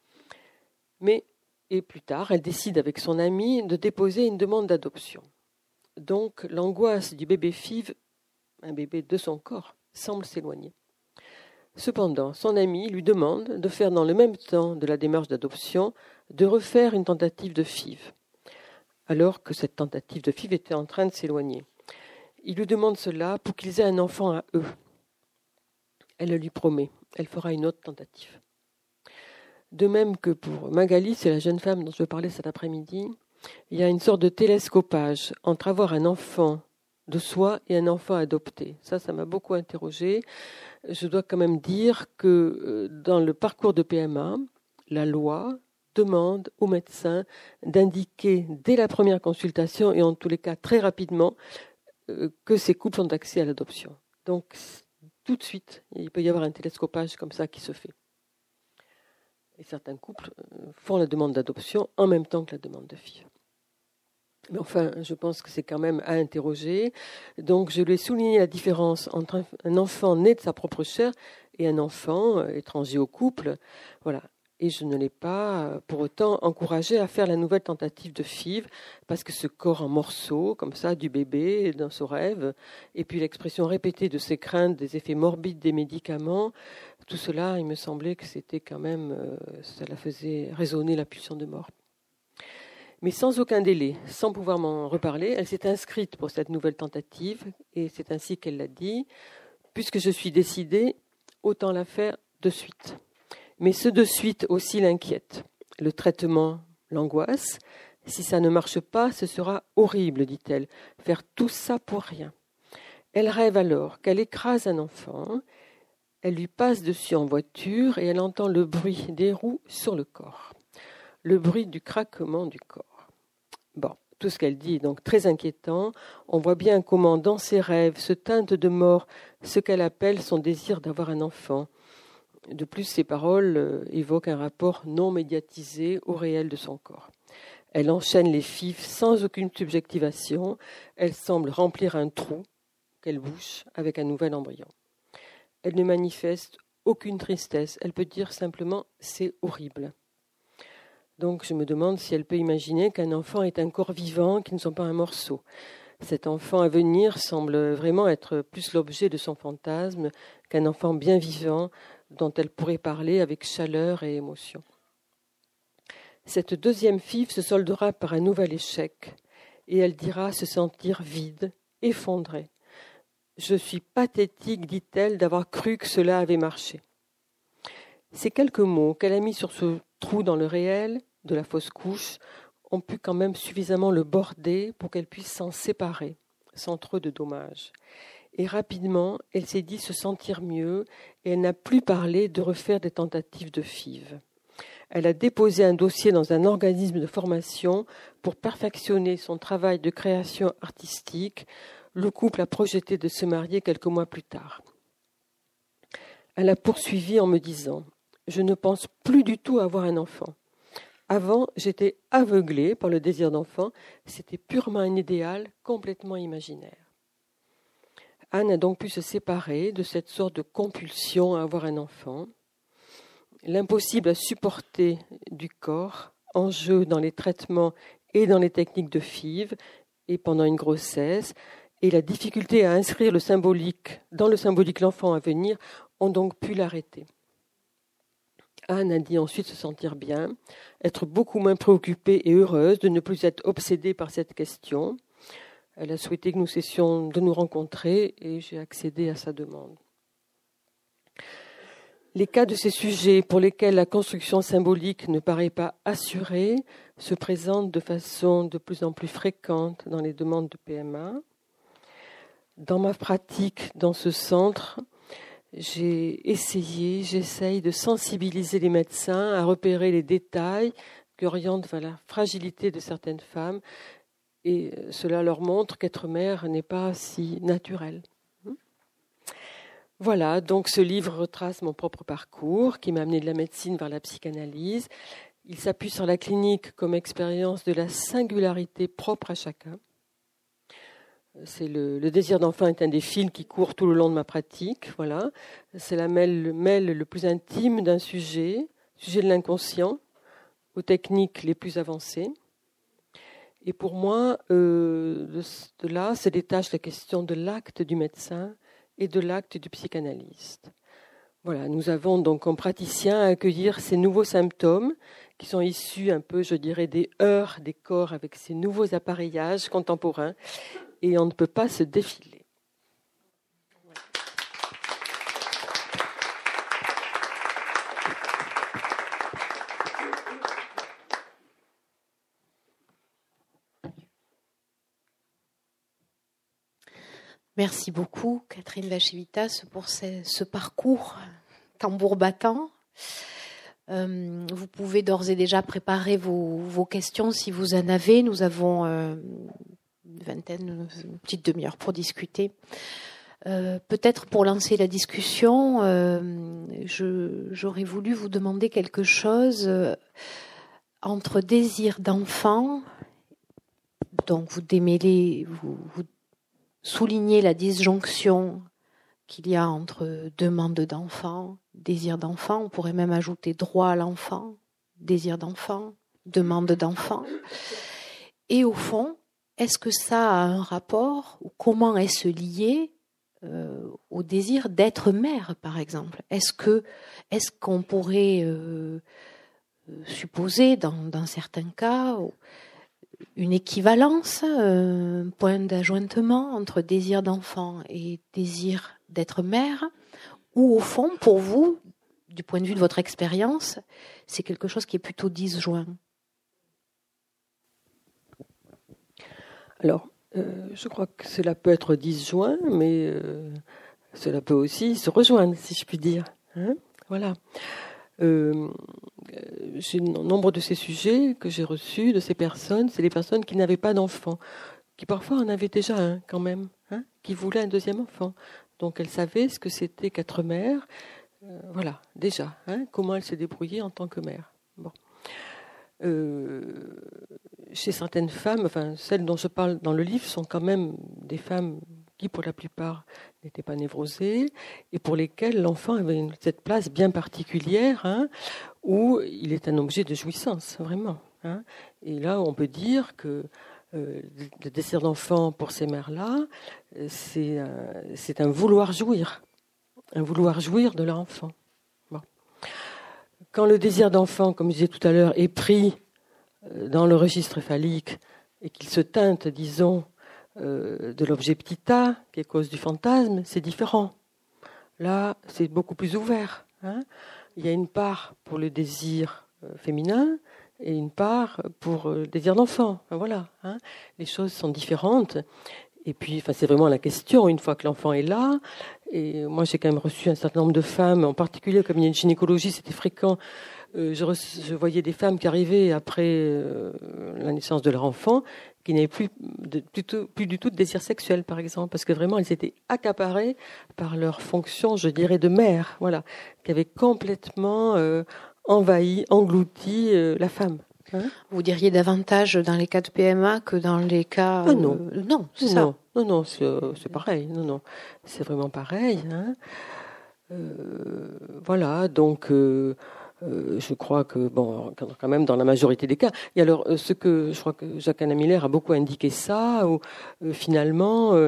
Et plus tard, elle décide avec son amie de déposer une demande d'adoption. Donc, l'angoisse du bébé FIV, un bébé de son corps, semble s'éloigner. Cependant, son amie lui demande de faire dans le même temps de la démarche d'adoption, de refaire une tentative de FIV, alors que cette tentative de FIV était en train de s'éloigner. Il lui demande cela pour qu'ils aient un enfant à eux. Elle le lui promet, elle fera une autre tentative. De même que pour Magali, c'est la jeune femme dont je parlais cet après-midi, il y a une sorte de télescopage entre avoir un enfant de soi et un enfant adopté. Ça m'a beaucoup interrogée. Je dois quand même dire que dans le parcours de PMA, la loi demande au médecin d'indiquer dès la première consultation, et en tous les cas très rapidement, que ces couples ont accès à l'adoption. Donc, tout de suite, il peut y avoir un télescopage comme ça qui se fait. Et certains couples font la demande d'adoption en même temps que la demande de FIV. Mais enfin, je pense que c'est quand même à interroger. Donc, je lui ai souligné la différence entre un enfant né de sa propre chair et un enfant étranger au couple. Voilà. Et je ne l'ai pas pour autant encouragé à faire la nouvelle tentative de FIV, parce que ce corps en morceaux, comme ça, du bébé dans son rêve, et puis l'expression répétée de ses craintes, des effets morbides des médicaments, tout cela, il me semblait que c'était quand même, ça la faisait résonner la pulsion de mort. Mais sans aucun délai, sans pouvoir m'en reparler, elle s'est inscrite pour cette nouvelle tentative, et c'est ainsi qu'elle l'a dit, puisque je suis décidée, autant la faire de suite. Mais ce de suite aussi l'inquiète. Le traitement l'angoisse. Si ça ne marche pas, ce sera horrible, dit-elle. Faire tout ça pour rien. Elle rêve alors qu'elle écrase un enfant. Elle lui passe dessus en voiture et elle entend le bruit des roues sur le corps. Le bruit du craquement du corps. Bon, tout ce qu'elle dit est donc très inquiétant. On voit bien comment dans ses rêves se teinte de mort ce qu'elle appelle son désir d'avoir un enfant. De plus, ces paroles évoquent un rapport non médiatisé au réel de son corps. Elle enchaîne les FIV sans aucune subjectivation. Elle semble remplir un trou qu'elle bouche avec un nouvel embryon. Elle ne manifeste aucune tristesse. Elle peut dire simplement « c'est horrible ». Donc je me demande si elle peut imaginer qu'un enfant est un corps vivant, qui ne sont pas un morceau. Cet enfant à venir semble vraiment être plus l'objet de son fantasme qu'un enfant bien vivant dont elle pourrait parler avec chaleur et émotion. Cette deuxième FIV se soldera par un nouvel échec et elle dira se sentir vide, effondrée. « Je suis pathétique, dit-elle, d'avoir cru que cela avait marché. » Ces quelques mots qu'elle a mis sur ce trou dans le réel de la fausse couche ont pu quand même suffisamment le border pour qu'elle puisse s'en séparer, sans trop de dommages. Et rapidement, elle s'est dit se sentir mieux et elle n'a plus parlé de refaire des tentatives de FIV. Elle a déposé un dossier dans un organisme de formation pour perfectionner son travail de création artistique. Le couple a projeté de se marier quelques mois plus tard. Elle a poursuivi en me disant je ne pense plus du tout avoir un enfant. Avant, j'étais aveuglée par le désir d'enfant. C'était purement un idéal, complètement imaginaire. Anne a donc pu se séparer de cette sorte de compulsion à avoir un enfant. L'impossible à supporter du corps, en jeu dans les traitements et dans les techniques de FIV, et pendant une grossesse, et la difficulté à inscrire le symbolique dans le symbolique l'enfant à venir, ont donc pu l'arrêter. Anne a dit ensuite se sentir bien, être beaucoup moins préoccupée et heureuse de ne plus être obsédée par cette question. Elle a souhaité que nous cessions de nous rencontrer et j'ai accédé à sa demande. Les cas de ces sujets pour lesquels la construction symbolique ne paraît pas assurée se présentent de façon de plus en plus fréquente dans les demandes de PMA. Dans ma pratique dans ce centre, j'essaye de sensibiliser les médecins à repérer les détails qui orientent vers la fragilité de certaines femmes et cela leur montre qu'être mère n'est pas si naturel. Voilà, donc ce livre retrace mon propre parcours qui m'a amené de la médecine vers la psychanalyse. Il s'appuie sur la clinique comme expérience de la singularité propre à chacun. C'est le désir d'enfant est un des fils qui court tout le long de ma pratique. Voilà, c'est la mêle le plus intime d'un sujet de l'inconscient, aux techniques les plus avancées. Et pour moi, de là se détache la question de l'acte du médecin et de l'acte du psychanalyste. Voilà, nous avons donc comme praticiens à accueillir ces nouveaux symptômes qui sont issus un peu, je dirais, des heurts des corps avec ces nouveaux appareillages contemporains. Et on ne peut pas se défiler. Merci beaucoup, Catherine Vachevitas, pour ce parcours tambour battant. Vous pouvez d'ores et déjà préparer vos questions si vous en avez. Nous avons une petite demi-heure pour discuter. Peut-être pour lancer la discussion, j'aurais voulu vous demander quelque chose entre désir d'enfant, donc vous démêlez, vous soulignez la disjonction qu'il y a entre demande d'enfant, désir d'enfant, on pourrait même ajouter droit à l'enfant, désir d'enfant, demande d'enfant. Et au fond, est-ce que ça a un rapport ou comment est-ce lié au désir d'être mère, par exemple ? Est-ce qu'on pourrait supposer, dans certains cas, une équivalence, un point d'ajointement entre désir d'enfant et désir d'être mère, ou au fond, pour vous, du point de vue de votre expérience, c'est quelque chose qui est plutôt disjoint ? Alors, je crois que cela peut être disjoint, mais cela peut aussi se rejoindre, si je puis dire. Voilà. J'ai nombre de ces sujets que j'ai reçus de ces personnes, c'est les personnes qui n'avaient pas d'enfants, qui parfois en avaient déjà un quand même, qui voulaient un deuxième enfant. Donc elles savaient ce que c'était qu'être mère. Voilà, déjà, comment elles se débrouillaient en tant que mère. Bon. Chez certaines femmes, enfin celles dont je parle dans le livre, sont quand même des femmes qui, pour la plupart, n'étaient pas névrosées et pour lesquelles l'enfant avait cette place bien particulière où il est un objet de jouissance, vraiment. Et là, on peut dire que le désir d'enfant pour ces mères-là, c'est un vouloir jouir de leur enfant. Bon. Quand le désir d'enfant, comme je disais tout à l'heure, est pris dans le registre phallique et qu'il se teinte, disons, de l'objet petit a, qui est cause du fantasme, c'est différent. Là, c'est beaucoup plus ouvert. Il y a une part pour le désir féminin et une part pour le désir d'enfant. Enfin, voilà. Les choses sont différentes. Et puis, c'est vraiment la question, une fois que l'enfant est là. Et moi, j'ai quand même reçu un certain nombre de femmes, en particulier, comme il y a une gynécologie, c'était fréquent. Je voyais des femmes qui arrivaient après la naissance de leur enfant, qui n'avaient plus du tout de désir sexuel, par exemple, parce que vraiment, elles étaient accaparées par leur fonction, je dirais, de mère, voilà, qui avait complètement envahi, englouti la femme. Hein? Vous diriez davantage dans les cas de PMA que dans les cas... non, c'est ça. Non, c'est pareil. Non, c'est vraiment pareil. Hein. Voilà, donc je crois que, bon, quand même dans la majorité des cas. Et alors, ce que je crois que Jacques-Anna Miller a beaucoup indiqué ça, où finalement,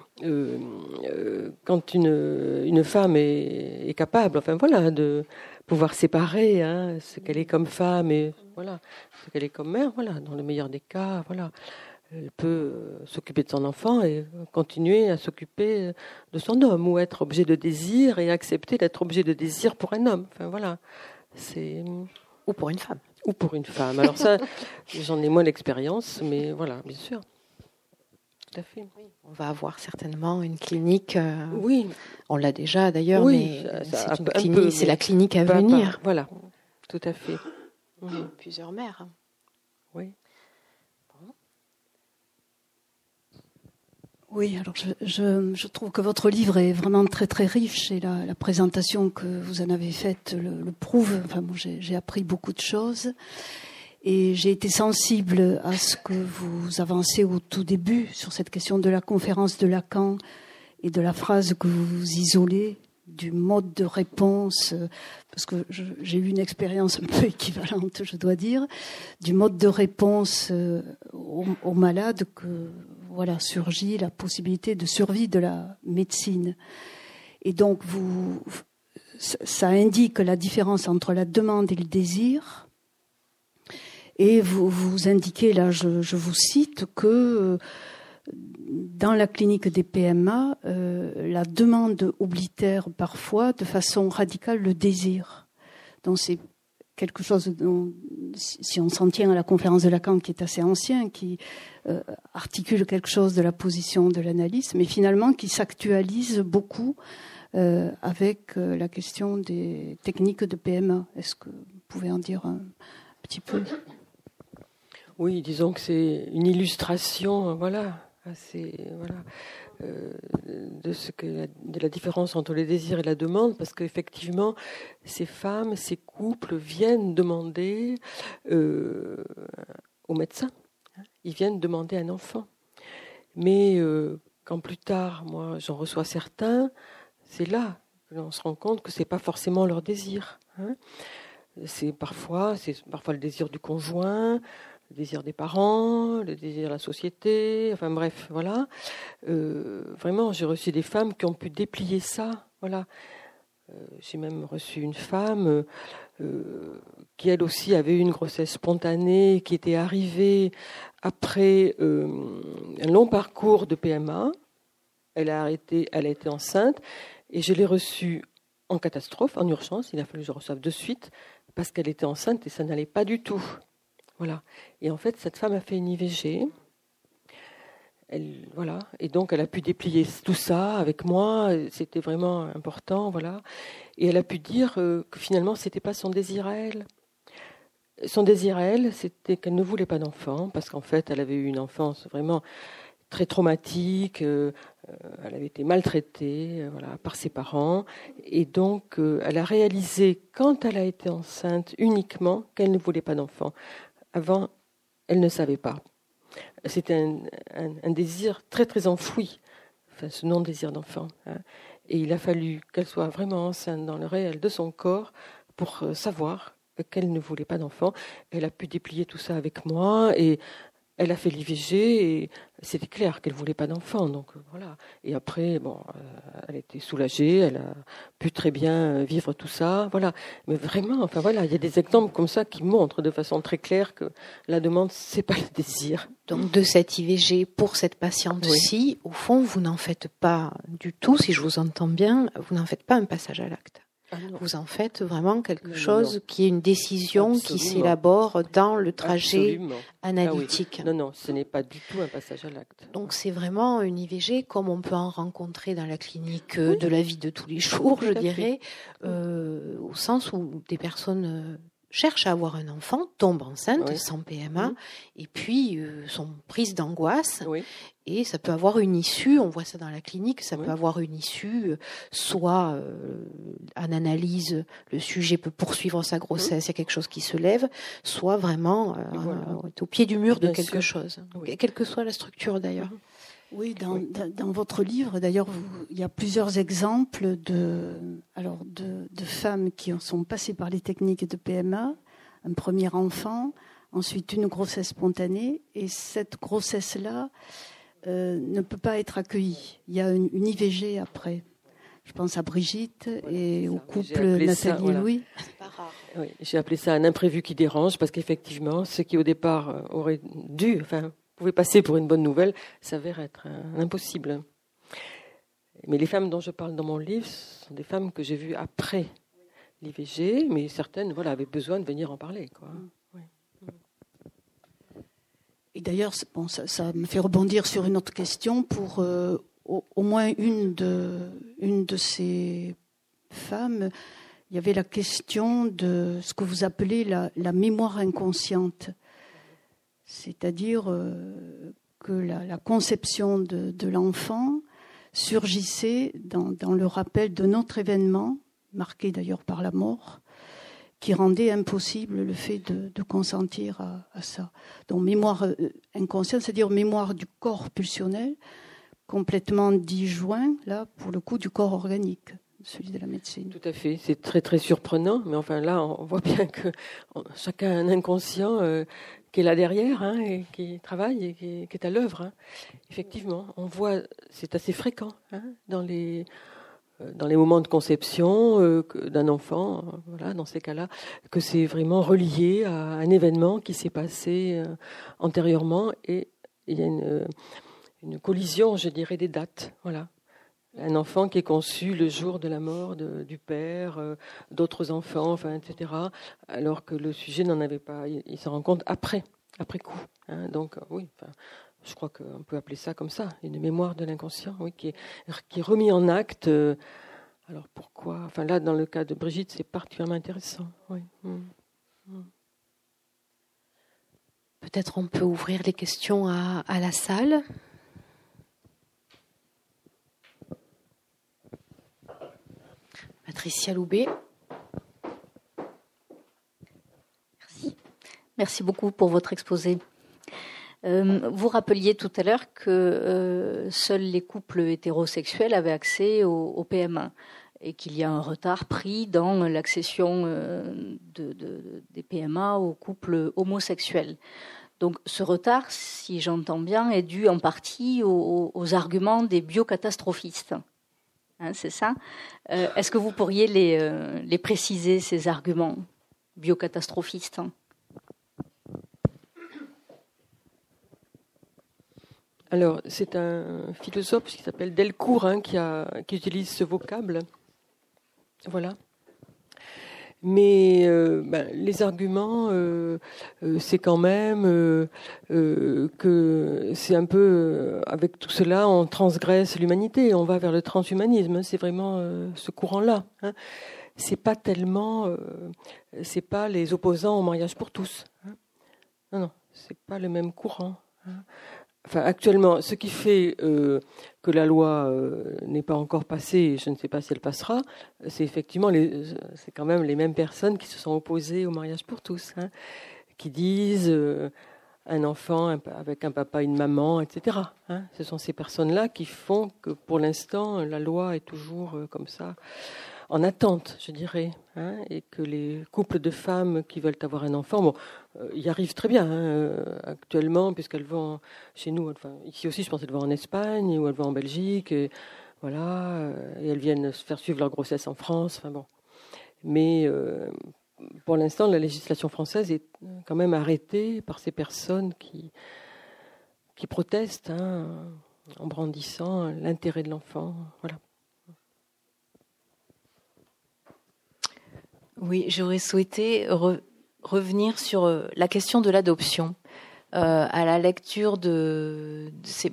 quand une femme est capable, enfin voilà, de pouvoir séparer ce qu'elle est comme femme et voilà, ce qu'elle est comme mère, voilà, dans le meilleur des cas, voilà. Elle peut s'occuper de son enfant et continuer à s'occuper de son homme ou être objet de désir et accepter d'être objet de désir pour un homme. Enfin voilà, c'est ou pour une femme. Ou pour une femme. Alors ça, j'en ai moins d'expérience, mais voilà, bien sûr. Tout à fait. Oui, on va avoir certainement une clinique. Oui. On l'a déjà d'ailleurs, oui, mais c'est une clinique, c'est la clinique à venir. Voilà, tout à fait. Plusieurs mères. Oui. Oui, alors je trouve que votre livre est vraiment très très riche et la présentation que vous en avez faite le prouve. Enfin, moi, j'ai appris beaucoup de choses et j'ai été sensible à ce que vous avancez au tout début sur cette question de la conférence de Lacan et de la phrase que vous isolez du mode de réponse, parce que j'ai eu une expérience un peu équivalente, je dois dire, du mode de réponse aux malades que voilà, surgit la possibilité de survie de la médecine. Et donc, ça indique la différence entre la demande et le désir. Et vous indiquez, là, je vous cite, que dans la clinique des PMA, la demande oblitère parfois de façon radicale le désir. Donc, c'est quelque chose dont, si on s'en tient à la conférence de Lacan, qui est assez ancien, qui articule quelque chose de la position de l'analyste, mais finalement qui s'actualise beaucoup avec la question des techniques de PMA. Est-ce que vous pouvez en dire un petit peu ? Oui, disons que c'est une illustration, voilà, de la différence entre le désir et la demande, parce qu'effectivement, ces femmes, ces couples viennent demander au médecin, ils viennent demander un enfant. Mais quand plus tard, moi, j'en reçois certains, c'est là que l'on se rend compte que c'est pas forcément leur désir. C'est parfois le désir du conjoint, le désir des parents, le désir de la société, enfin bref, voilà. Vraiment, j'ai reçu des femmes qui ont pu déplier ça, voilà. J'ai même reçu une femme qui, elle aussi, avait eu une grossesse spontanée, qui était arrivée après un long parcours de PMA. Elle a été enceinte, et je l'ai reçue en catastrophe, en urgence. Il a fallu que je reçoive de suite, parce qu'elle était enceinte et ça n'allait pas du tout. Voilà. Et en fait, cette femme a fait une IVG. Voilà. Et donc, elle a pu déplier tout ça avec moi. C'était vraiment important, voilà. Et elle a pu dire que finalement, c'était pas son désir à elle. Son désir à elle, c'était qu'elle ne voulait pas d'enfant, parce qu'en fait, elle avait eu une enfance vraiment très traumatique. Elle avait été maltraitée, voilà, par ses parents. Et donc, elle a réalisé, quand elle a été enceinte, uniquement qu'elle ne voulait pas d'enfant. Avant, elle ne savait pas. C'était un désir très, très enfoui, enfin, ce non-désir d'enfant. Et il a fallu qu'elle soit vraiment enceinte dans le réel de son corps pour savoir qu'elle ne voulait pas d'enfant. Elle a pu déplier tout ça avec moi et elle a fait l'IVG et c'était clair qu'elle ne voulait pas d'enfant. Donc voilà. Et après, bon, elle était soulagée, elle a pu très bien vivre tout ça. Voilà. Mais vraiment, enfin voilà, il y a des exemples comme ça qui montrent de façon très claire que la demande, c'est pas le désir. Donc de cette IVG pour cette patiente-ci, au fond, vous n'en faites pas du tout, si je vous entends bien, vous n'en faites pas un passage à l'acte. Vous en faites vraiment quelque chose qui est une décision qui s'élabore dans le trajet analytique. Ah oui. Non, ce n'est pas du tout un passage à l'acte. Donc c'est vraiment une IVG comme on peut en rencontrer dans la clinique de la vie de tous les jours, je dirais, au sens où des personnes cherchent à avoir un enfant, tombent enceintes sans PMA, et puis sont prises d'angoisse. Oui. Et ça peut avoir une issue, on voit ça dans la clinique, ça peut avoir une issue, soit en analyse, le sujet peut poursuivre sa grossesse, il y a quelque chose qui se lève, soit vraiment au pied du mur de quelque chose, quelle que soit la structure d'ailleurs. Oui, dans votre livre, d'ailleurs, il y a plusieurs exemples de femmes qui sont passées par les techniques de PMA, un premier enfant, ensuite une grossesse spontanée, et cette grossesse-là ne peut pas être accueillie. Il y a une IVG après. Je pense à Brigitte et au couple Nathalie et Louis. C'est pas rare. Oui, j'ai appelé ça un imprévu qui dérange, parce qu'effectivement, ce qui au départ aurait dû, pouvait passer pour une bonne nouvelle, s'avère être impossible. Mais les femmes dont je parle dans mon livre sont des femmes que j'ai vues après l'IVG, mais certaines avaient besoin de venir en parler, quoi. Et d'ailleurs, ça me fait rebondir sur une autre question pour au moins une de ces femmes. Il y avait la question de ce que vous appelez la mémoire inconsciente, c'est-à-dire que la conception de l'enfant surgissait dans le rappel d'un autre événement, marqué d'ailleurs par la mort, qui rendait impossible le fait de consentir à ça. Donc mémoire inconsciente, c'est-à-dire mémoire du corps pulsionnel, complètement disjoint, là, pour le coup, du corps organique, celui de la médecine. Tout à fait, c'est très très surprenant, mais là, on voit bien que chacun a un inconscient qui est là derrière, et qui travaille et qui est à l'œuvre. Effectivement, on voit, c'est assez fréquent dans les moments de conception d'un enfant, dans ces cas-là, que c'est vraiment relié à un événement qui s'est passé antérieurement, et il y a une collision, je dirais, des dates. Voilà. Un enfant qui est conçu le jour de la mort du père, d'autres enfants, etc., alors que le sujet n'en avait pas. Il s'en rend compte après coup. Donc, oui, je crois qu'on peut appeler ça comme ça, une mémoire de l'inconscient, qui est remis en acte. Alors pourquoi ? Là, dans le cas de Brigitte, c'est particulièrement intéressant. Oui. Peut-être on peut ouvrir les questions à la salle. Patricia Loubet. Merci beaucoup pour votre exposé. Vous rappeliez tout à l'heure que seuls les couples hétérosexuels avaient accès au PMA et qu'il y a un retard pris dans l'accession des PMA aux couples homosexuels. Donc ce retard, si j'entends bien, est dû en partie aux arguments des biocatastrophistes. C'est ça ? Est-ce que vous pourriez les préciser, ces arguments biocatastrophistes ? Alors, c'est un philosophe qui s'appelle Delcourt qui utilise ce vocable. Voilà. Mais les arguments, c'est quand même que c'est un peu, avec tout cela, on transgresse l'humanité, on va vers le transhumanisme. C'est vraiment ce courant-là. C'est pas tellement, c'est pas les opposants au mariage pour tous. Non, c'est pas le même courant. Actuellement, ce qui fait que la loi n'est pas encore passée, je ne sais pas si elle passera, c'est effectivement c'est quand même les mêmes personnes qui se sont opposées au mariage pour tous, qui disent un enfant avec un papa et une maman, etc. Ce sont ces personnes-là qui font que pour l'instant la loi est toujours comme ça, en attente, je dirais, et que les couples de femmes qui veulent avoir un enfant, y arrivent très bien actuellement, puisqu'elles vont chez nous, ici aussi, je pense qu'elles vont en Espagne ou elles vont en Belgique, et voilà, et elles viennent se faire suivre leur grossesse en France. Mais pour l'instant, la législation française est quand même arrêtée par ces personnes qui protestent en brandissant l'intérêt de l'enfant. Voilà. Oui, j'aurais souhaité revenir sur la question de l'adoption. À la lecture de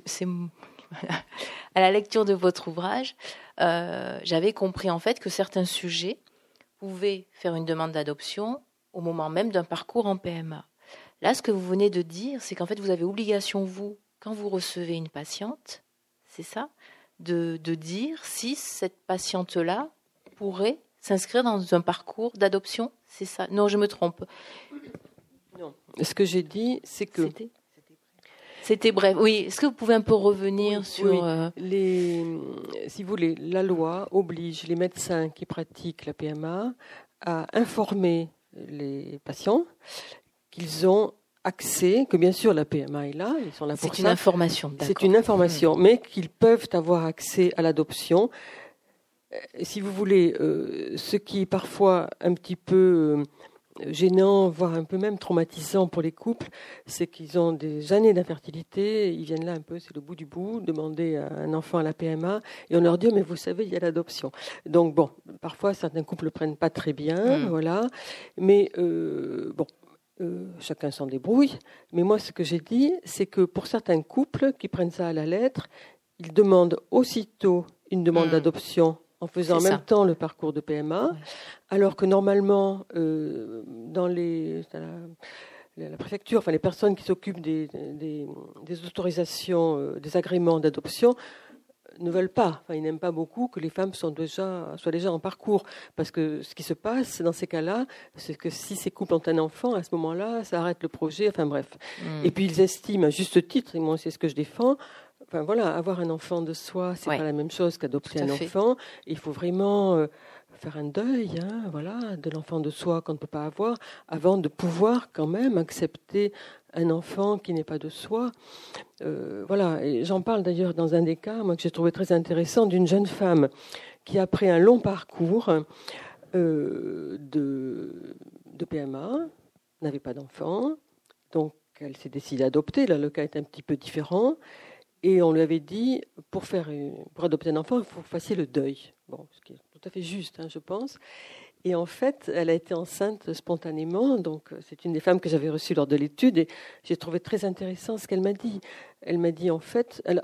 votre ouvrage, j'avais compris en fait que certains sujets pouvaient faire une demande d'adoption au moment même d'un parcours en PMA. Là, ce que vous venez de dire, c'est qu'en fait, vous avez obligation, vous, quand vous recevez une patiente, c'est ça, de dire si cette patiente-là pourrait s'inscrire dans un parcours d'adoption, c'est ça? Non, je me trompe. Non. Ce que j'ai dit, c'est que... C'était bref. Oui, est-ce que vous pouvez un peu revenir sur... Si vous voulez, la loi oblige les médecins qui pratiquent la PMA à informer les patients qu'ils ont accès, que bien sûr la PMA est là, ils sont là pour ça. C'est une information, d'accord. C'est une information, mais qu'ils peuvent avoir accès à l'adoption. Si vous voulez, ce qui est parfois un petit peu gênant, voire un peu même traumatisant pour les couples, c'est qu'ils ont des années d'infertilité, ils viennent là un peu, c'est le bout du bout, demander un enfant à la PMA, et on leur dit, mais vous savez, il y a l'adoption. Donc bon, parfois certains couples ne le prennent pas très bien, voilà, mais chacun s'en débrouille. Mais moi, ce que j'ai dit, c'est que pour certains couples qui prennent ça à la lettre, ils demandent aussitôt une demande d'adoption en faisant en même temps le parcours de PMA, alors que normalement, dans la préfecture, enfin les personnes qui s'occupent des autorisations, des agréments d'adoption, ne veulent pas, ils n'aiment pas beaucoup que les femmes soient déjà en parcours, parce que ce qui se passe dans ces cas-là, c'est que si ces couples ont un enfant, à ce moment-là, ça arrête le projet, enfin bref. Et puis ils estiment, à juste titre, et moi c'est ce que je défends, avoir un enfant de soi, c'est pas la même chose qu'adopter un enfant. Il faut vraiment faire un deuil, de l'enfant de soi qu'on ne peut pas avoir, avant de pouvoir quand même accepter un enfant qui n'est pas de soi. Et j'en parle d'ailleurs dans un des cas, moi que j'ai trouvé très intéressant, d'une jeune femme qui, après un long parcours de PMA, n'avait pas d'enfant, donc elle s'est décidée à adopter. Là, le cas est un petit peu différent. Et on lui avait dit, pour adopter un enfant, il faut que vous fassiez le deuil. Bon, ce qui est tout à fait juste, je pense. Et en fait, elle a été enceinte spontanément. Donc, c'est une des femmes que j'avais reçues lors de l'étude. Et j'ai trouvé très intéressant ce qu'elle m'a dit. Elle m'a dit, en fait, elle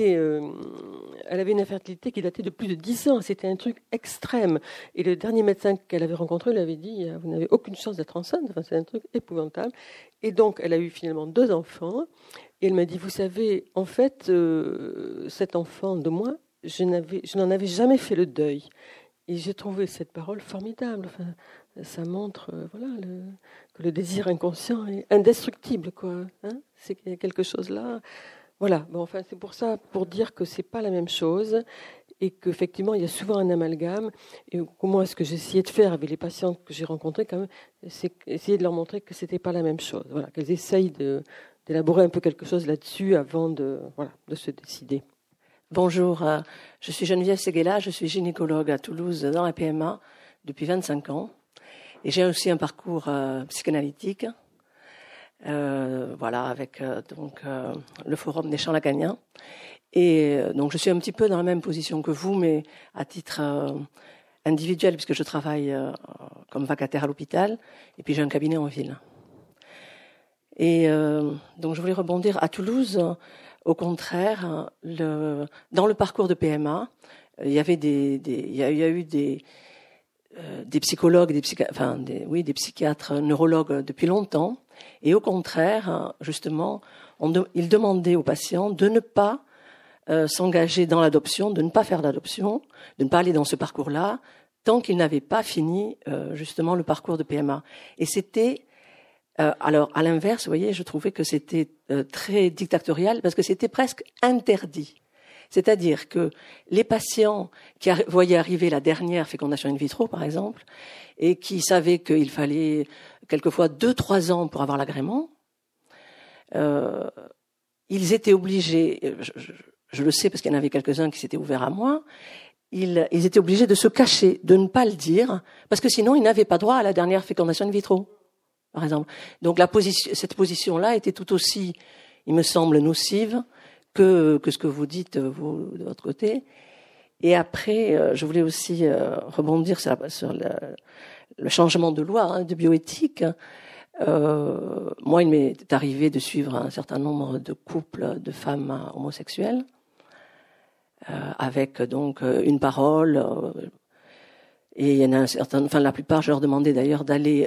avait une infertilité qui datait de plus de 10 ans. C'était un truc extrême. Et le dernier médecin qu'elle avait rencontré lui avait dit, vous n'avez aucune chance d'être enceinte. Enfin, c'est un truc épouvantable. Et donc, elle a eu finalement 2 enfants. Et elle m'a dit, vous savez, en fait, cet enfant de moi, je n'en avais jamais fait le deuil. Et j'ai trouvé cette parole formidable. Enfin, ça montre que le désir inconscient est indestructible, quoi. C'est qu'il y a quelque chose là. Voilà. Bon, enfin, c'est pour ça, pour dire que c'est pas la même chose et qu'effectivement, il y a souvent un amalgame. Et comment est-ce que j'ai essayé de faire avec les patientes que j'ai rencontrées, quand même, c'est essayer de leur montrer que c'était pas la même chose. Voilà, qu'elles essayent d'élaborer un peu quelque chose là-dessus avant de se décider. Bonjour, je suis Geneviève Seguela, je suis gynécologue à Toulouse dans la PMA depuis 25 ans. Et j'ai aussi un parcours psychanalytique, avec le Forum des Champs Lacaniens. Et donc je suis un petit peu dans la même position que vous, mais à titre individuel, puisque je travaille comme vacataire à l'hôpital, et puis j'ai un cabinet en ville. Et donc je voulais rebondir à Toulouse. Au contraire, dans le parcours de PMA, il y a eu des psychologues, des psychiatres, neurologues depuis longtemps. Et au contraire, justement, ils demandaient aux patients de ne pas s'engager dans l'adoption, de ne pas faire d'adoption, de ne pas aller dans ce parcours-là, tant qu'ils n'avaient pas fini justement le parcours de PMA. Et c'était alors, à l'inverse, vous voyez, je trouvais que c'était très dictatorial parce que c'était presque interdit. C'est-à-dire que les patients qui voyaient arriver la dernière fécondation in vitro, par exemple, et qui savaient qu'il fallait quelquefois 2-3 ans pour avoir l'agrément, ils étaient obligés, je le sais parce qu'il y en avait quelques-uns qui s'étaient ouverts à moi, ils étaient obligés de se cacher, de ne pas le dire, parce que sinon ils n'avaient pas droit à la dernière fécondation in vitro. Par exemple. Donc cette position-là était tout aussi, il me semble, nocive que ce que vous dites, vous, de votre côté. Et après, je voulais aussi rebondir sur le changement de loi, de bioéthique. Moi, il m'est arrivé de suivre un certain nombre de couples de femmes homosexuelles, avec donc une parole. Et il y en a la plupart, je leur demandais d'ailleurs d'aller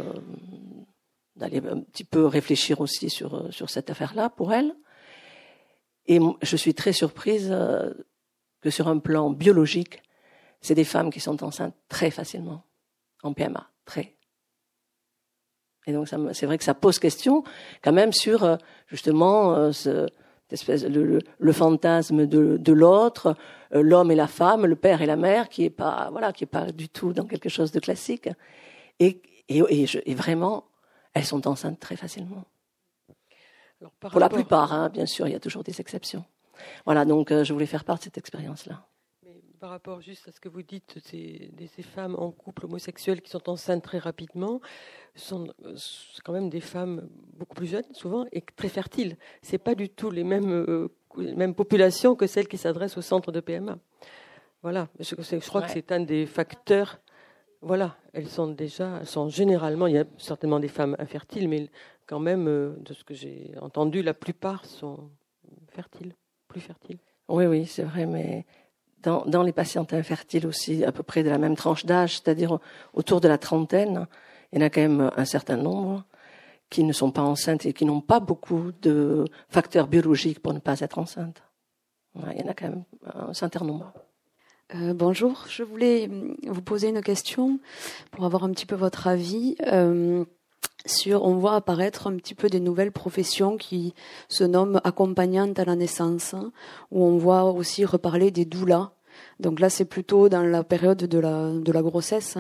un petit peu réfléchir aussi sur cette affaire-là pour elles. Et je suis très surprise que sur un plan biologique, c'est des femmes qui sont enceintes très facilement en PMA, très. Et donc c'est vrai que ça pose question quand même sur justement le fantasme de l'autre, l'homme et la femme, le père et la mère, qui est pas du tout dans quelque chose de classique. Et vraiment, elles sont enceintes très facilement. Alors, pour la plupart, bien sûr, il y a toujours des exceptions. Voilà, donc je voulais faire part de cette expérience-là. Mais par rapport juste à ce que vous dites, ces femmes en couple homosexuel qui sont enceintes très rapidement, sont quand même des femmes beaucoup plus jeunes, souvent, et très fertiles. C'est pas du tout les mêmes populations que celles qui s'adressent au centre de PMA. Voilà, je crois que c'est un des facteurs. Voilà, elles sont généralement, il y a certainement des femmes infertiles, mais quand même, de ce que j'ai entendu, la plupart sont fertiles, plus fertiles. Oui, c'est vrai, mais dans les patientes infertiles aussi, à peu près de la même tranche d'âge, c'est-à-dire autour de la trentaine, il y en a quand même un certain nombre qui ne sont pas enceintes et qui n'ont pas beaucoup de facteurs biologiques pour ne pas être enceintes. Il y en a quand même un certain nombre. Bonjour, je voulais vous poser une question pour avoir un petit peu votre avis on voit apparaître un petit peu des nouvelles professions qui se nomment accompagnantes à la naissance, où on voit aussi reparler des doulas. Donc là, c'est plutôt dans la période de la grossesse.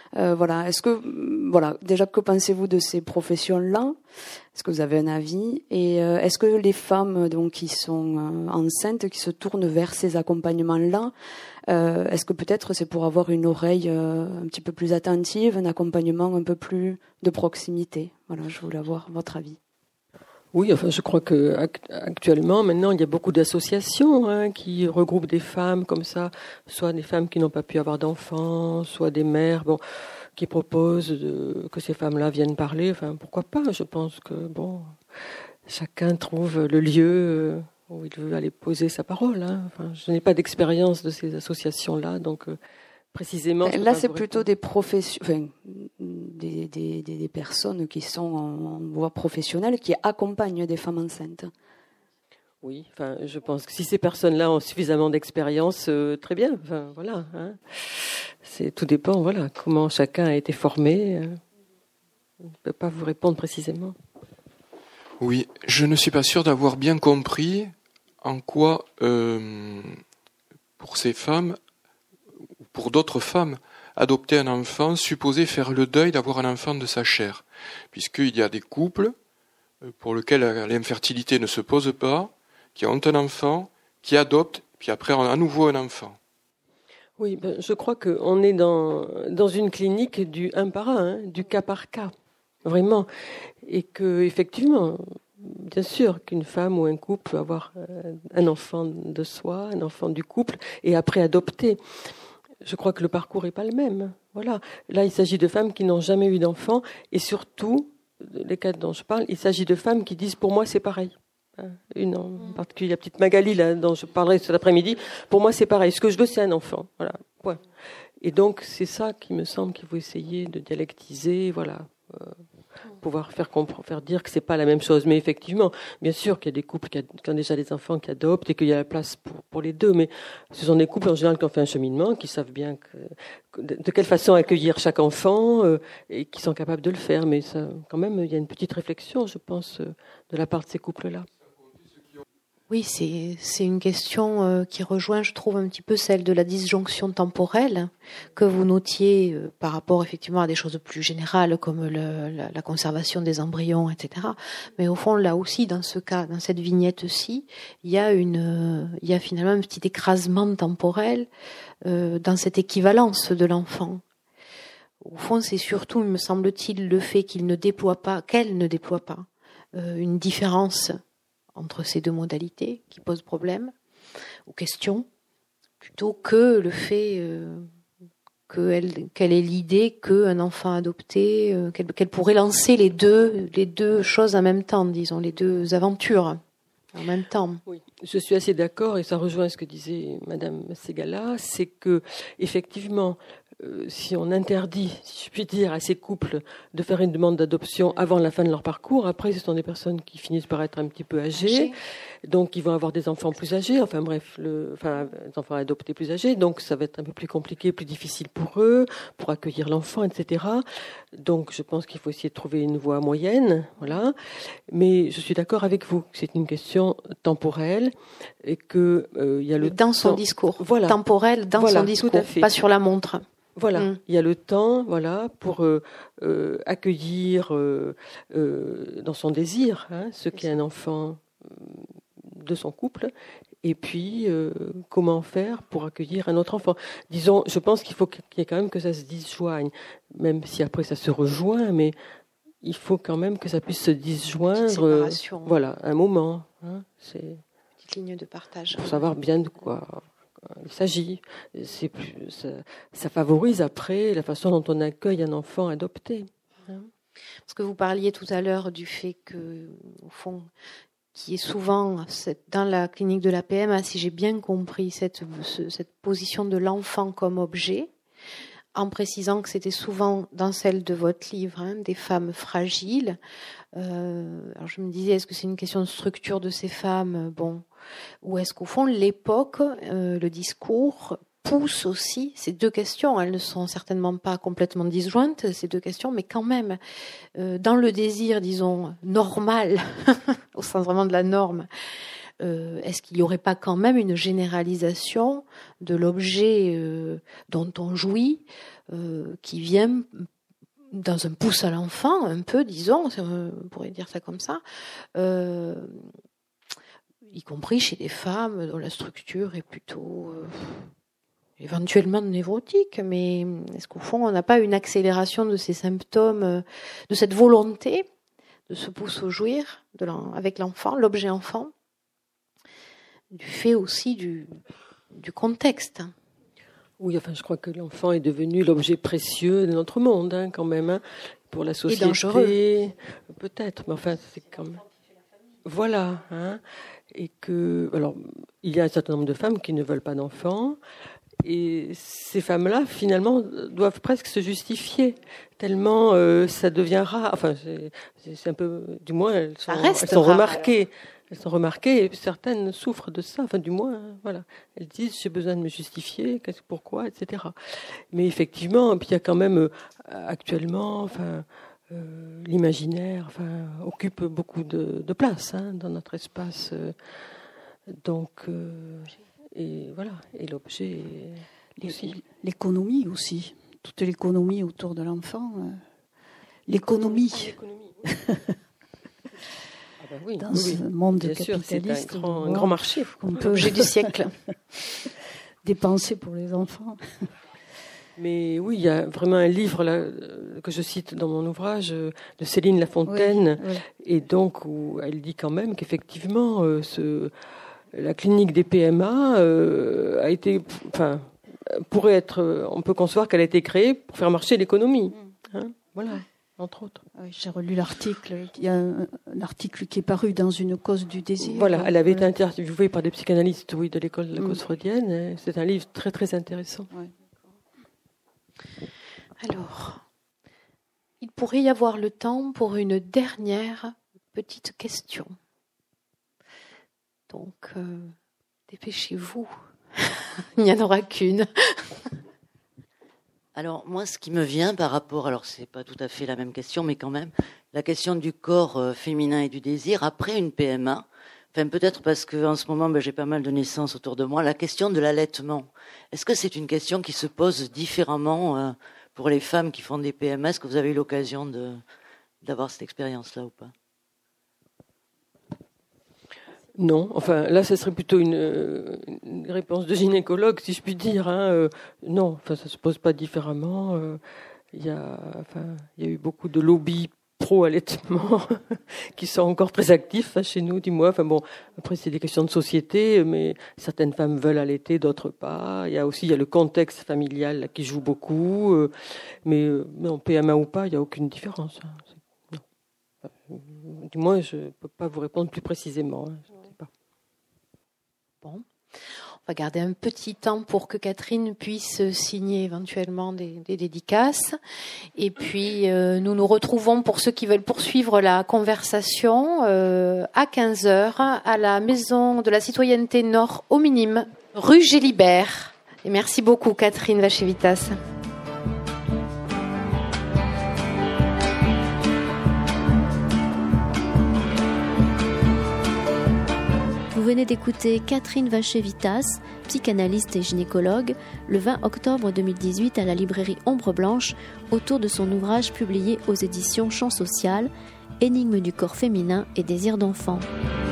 Déjà, que pensez-vous de ces professions-là ? Est-ce que vous avez un avis ? Et est-ce que les femmes donc qui sont enceintes, qui se tournent vers ces accompagnements-là, est-ce que peut-être c'est pour avoir une oreille un petit peu plus attentive, un accompagnement un peu plus de proximité ? Voilà, je voulais avoir votre avis. Oui, je crois que actuellement, maintenant, il y a beaucoup d'associations qui regroupent des femmes comme ça, soit des femmes qui n'ont pas pu avoir d'enfants, soit des mères, qui proposent que ces femmes-là viennent parler. Enfin, pourquoi pas ? Je pense que chacun trouve le lieu où il veut aller poser sa parole. Enfin, je n'ai pas d'expérience de ces associations-là, donc précisément. Là, c'est plutôt des professions, des personnes qui sont en voie professionnelle qui accompagnent des femmes enceintes. Oui, je pense que si ces personnes-là ont suffisamment d'expérience, très bien. Enfin, voilà. Tout dépend. Voilà, comment chacun a été formé. Je ne peux pas vous répondre précisément. Oui, je ne suis pas sûr d'avoir bien compris en quoi, pour ces femmes, ou pour d'autres femmes, adopter un enfant supposait faire le deuil d'avoir un enfant de sa chair, puisqu'il y a des couples pour lesquels l'infertilité ne se pose pas, qui ont un enfant, qui adoptent, puis après à nouveau un enfant. Oui, je crois qu'on est dans une clinique du un par un, du cas par cas, vraiment, et que effectivement, bien sûr, qu'une femme ou un couple peut avoir un enfant de soi, un enfant du couple, et après adopter. Je crois que le parcours n'est pas le même. Voilà. Là, il s'agit de femmes qui n'ont jamais eu d'enfant, et surtout, les cas dont je parle, il s'agit de femmes qui disent pour moi c'est pareil. Une en particulier, la petite Magali là, dont je parlerai cet après-midi. Pour moi c'est pareil. Ce que je veux c'est un enfant. Voilà. Point. Et donc c'est ça qui me semble qu'il faut essayer de dialectiser. Voilà. Pouvoir faire dire que c'est pas la même chose. Mais effectivement, bien sûr qu'il y a des couples qui ont déjà des enfants qui adoptent et qu'il y a la place pour les deux. Mais ce sont des couples en général qui ont fait un cheminement, qui savent bien de quelle façon accueillir chaque enfant et qui sont capables de le faire. Mais ça, quand même, il y a une petite réflexion, je pense, de la part de ces couples-là. Oui, c'est une question qui rejoint, je trouve, un petit peu celle de la disjonction temporelle que vous notiez par rapport effectivement à des choses plus générales comme la conservation des embryons, etc. Mais au fond, là aussi, dans ce cas, dans cette vignette-ci, il y a finalement un petit écrasement temporel dans cette équivalence de l'enfant. Au fond, c'est surtout, me semble-t-il, le fait qu'elle ne déploie pas une différence entre ces deux modalités qui posent problème ou question, plutôt que le fait qu'elle ait l'idée qu'un enfant adopté, qu'elle pourrait lancer les deux choses en même temps, disons, les deux aventures en même temps. Oui, je suis assez d'accord et ça rejoint ce que disait Madame Segala, c'est que effectivement si on interdit, si je puis dire, à ces couples de faire une demande d'adoption avant la fin de leur parcours, après ce sont des personnes qui finissent par être un petit peu âgées, donc ils vont avoir des enfants plus âgés, enfin bref, des enfants adoptés plus âgés, donc ça va être un peu plus compliqué, plus difficile pour eux, pour accueillir l'enfant, etc. Donc je pense qu'il faut essayer de trouver une voie moyenne, voilà. Mais je suis d'accord avec vous, que c'est une question temporelle et que il y a le dans son temps, discours, voilà, temporel dans voilà, son discours, tout à fait. pas sur la montre. Voilà, il y a le temps, voilà, pour accueillir dans son désir ce qu'est un enfant de son couple, et puis comment faire pour accueillir un autre enfant. Disons, je pense qu'il faut qu'il y ait quand même que ça se disjoigne, même si après ça se rejoint, mais il faut quand même que ça puisse se disjoindre. Voilà, un moment. C'est petite ligne de partage. Pour savoir bien de quoi il s'agit. Ça favorise après la façon dont on accueille un enfant adopté. Parce que vous parliez tout à l'heure du fait que, au fond, qui est souvent dans la clinique de la PMA, si j'ai bien compris, cette position de l'enfant comme objet, en précisant que c'était souvent dans celle de votre livre, des femmes fragiles. Alors je me disais, est-ce que c'est une question de structure de ces femmes, ou est-ce qu'au fond l'époque, le discours pousse aussi ces deux questions. Elles ne sont certainement pas complètement disjointes, ces deux questions, mais quand même, dans le désir, disons, normal, au sens vraiment de la norme, est-ce qu'il n'y aurait pas quand même une généralisation de l'objet dont on jouit, qui vient dans un pouce à l'enfant, un peu, disons, on pourrait dire ça comme ça, y compris chez des femmes dont la structure est plutôt éventuellement névrotique, mais est-ce qu'au fond on n'a pas une accélération de ces symptômes, de cette volonté de se pouce au jouir avec l'enfant, l'objet enfant, du fait aussi du contexte? Oui, enfin, je crois que l'enfant est devenu l'objet précieux de notre monde, quand même, pour la société. Et dangereux. Peut-être, mais enfin, c'est quand même. Voilà, et que, alors, il y a un certain nombre de femmes qui ne veulent pas d'enfants, et ces femmes-là, finalement, doivent presque se justifier, tellement ça devient rare. Enfin, c'est un peu, du moins, elles sont remarquées. Elles sont remarquées et certaines souffrent de ça. Enfin, du moins, voilà. Elles disent j'ai besoin de me justifier, pourquoi, etc. Mais effectivement, puis il y a quand même actuellement, l'imaginaire, occupe beaucoup de place dans notre espace. Donc, et voilà. Et l'objet aussi. L'économie aussi. Toute l'économie autour de l'enfant. L'économie. Dans ce monde capitaliste, c'est un grand marché. On peut l'objet du siècle. Dépenser pour les enfants. Mais oui, il y a vraiment un livre là, que je cite dans mon ouvrage de Céline Lafontaine, oui. Et donc où elle dit quand même qu'effectivement la clinique des PMA a été, pourrait être, on peut concevoir qu'elle a été créée pour faire marcher l'économie, voilà. Entre autres. Oui, j'ai relu l'article. Il y a un article qui est paru dans une cause du désir. Voilà, elle avait été interviewée par des psychanalystes, de l'école de la cause freudienne. C'est un livre très très intéressant. Oui. Alors, il pourrait y avoir le temps pour une dernière petite question. Donc, dépêchez-vous. Il n'y en aura qu'une. Alors, moi, ce qui me vient par rapport, alors c'est pas tout à fait la même question, mais quand même, la question du corps féminin et du désir après une PMA, peut-être parce qu'en ce moment, j'ai pas mal de naissances autour de moi, la question de l'allaitement. Est-ce que c'est une question qui se pose différemment pour les femmes qui font des PMA? Est-ce que vous avez eu l'occasion d'avoir cette expérience-là ou pas? Non, là, ce serait plutôt une réponse de gynécologue, si je puis dire. Non, ça se pose pas différemment. Il y a eu beaucoup de lobbies pro-allaitement qui sont encore très actifs chez nous, dis-moi. Après, c'est des questions de société, mais certaines femmes veulent allaiter, d'autres pas. Il y a le contexte familial là, qui joue beaucoup. Mais non, PMA ou pas, il n'y a aucune différence. Non. Du moins, je ne peux pas vous répondre plus précisément. Bon, On va garder un petit temps pour que Catherine puisse signer éventuellement des dédicaces. Et puis, nous nous retrouvons pour ceux qui veulent poursuivre la conversation à 15h à la Maison de la Citoyenneté Nord au Minime, rue Gélibert. Et merci beaucoup, Catherine Vachevitas. Vous venez d'écouter Catherine Vachevitas, psychanalyste et gynécologue, le 20 octobre 2018 à la librairie Ombre Blanche, autour de son ouvrage publié aux éditions Champ Social, Énigmes du corps féminin et désir d'enfant.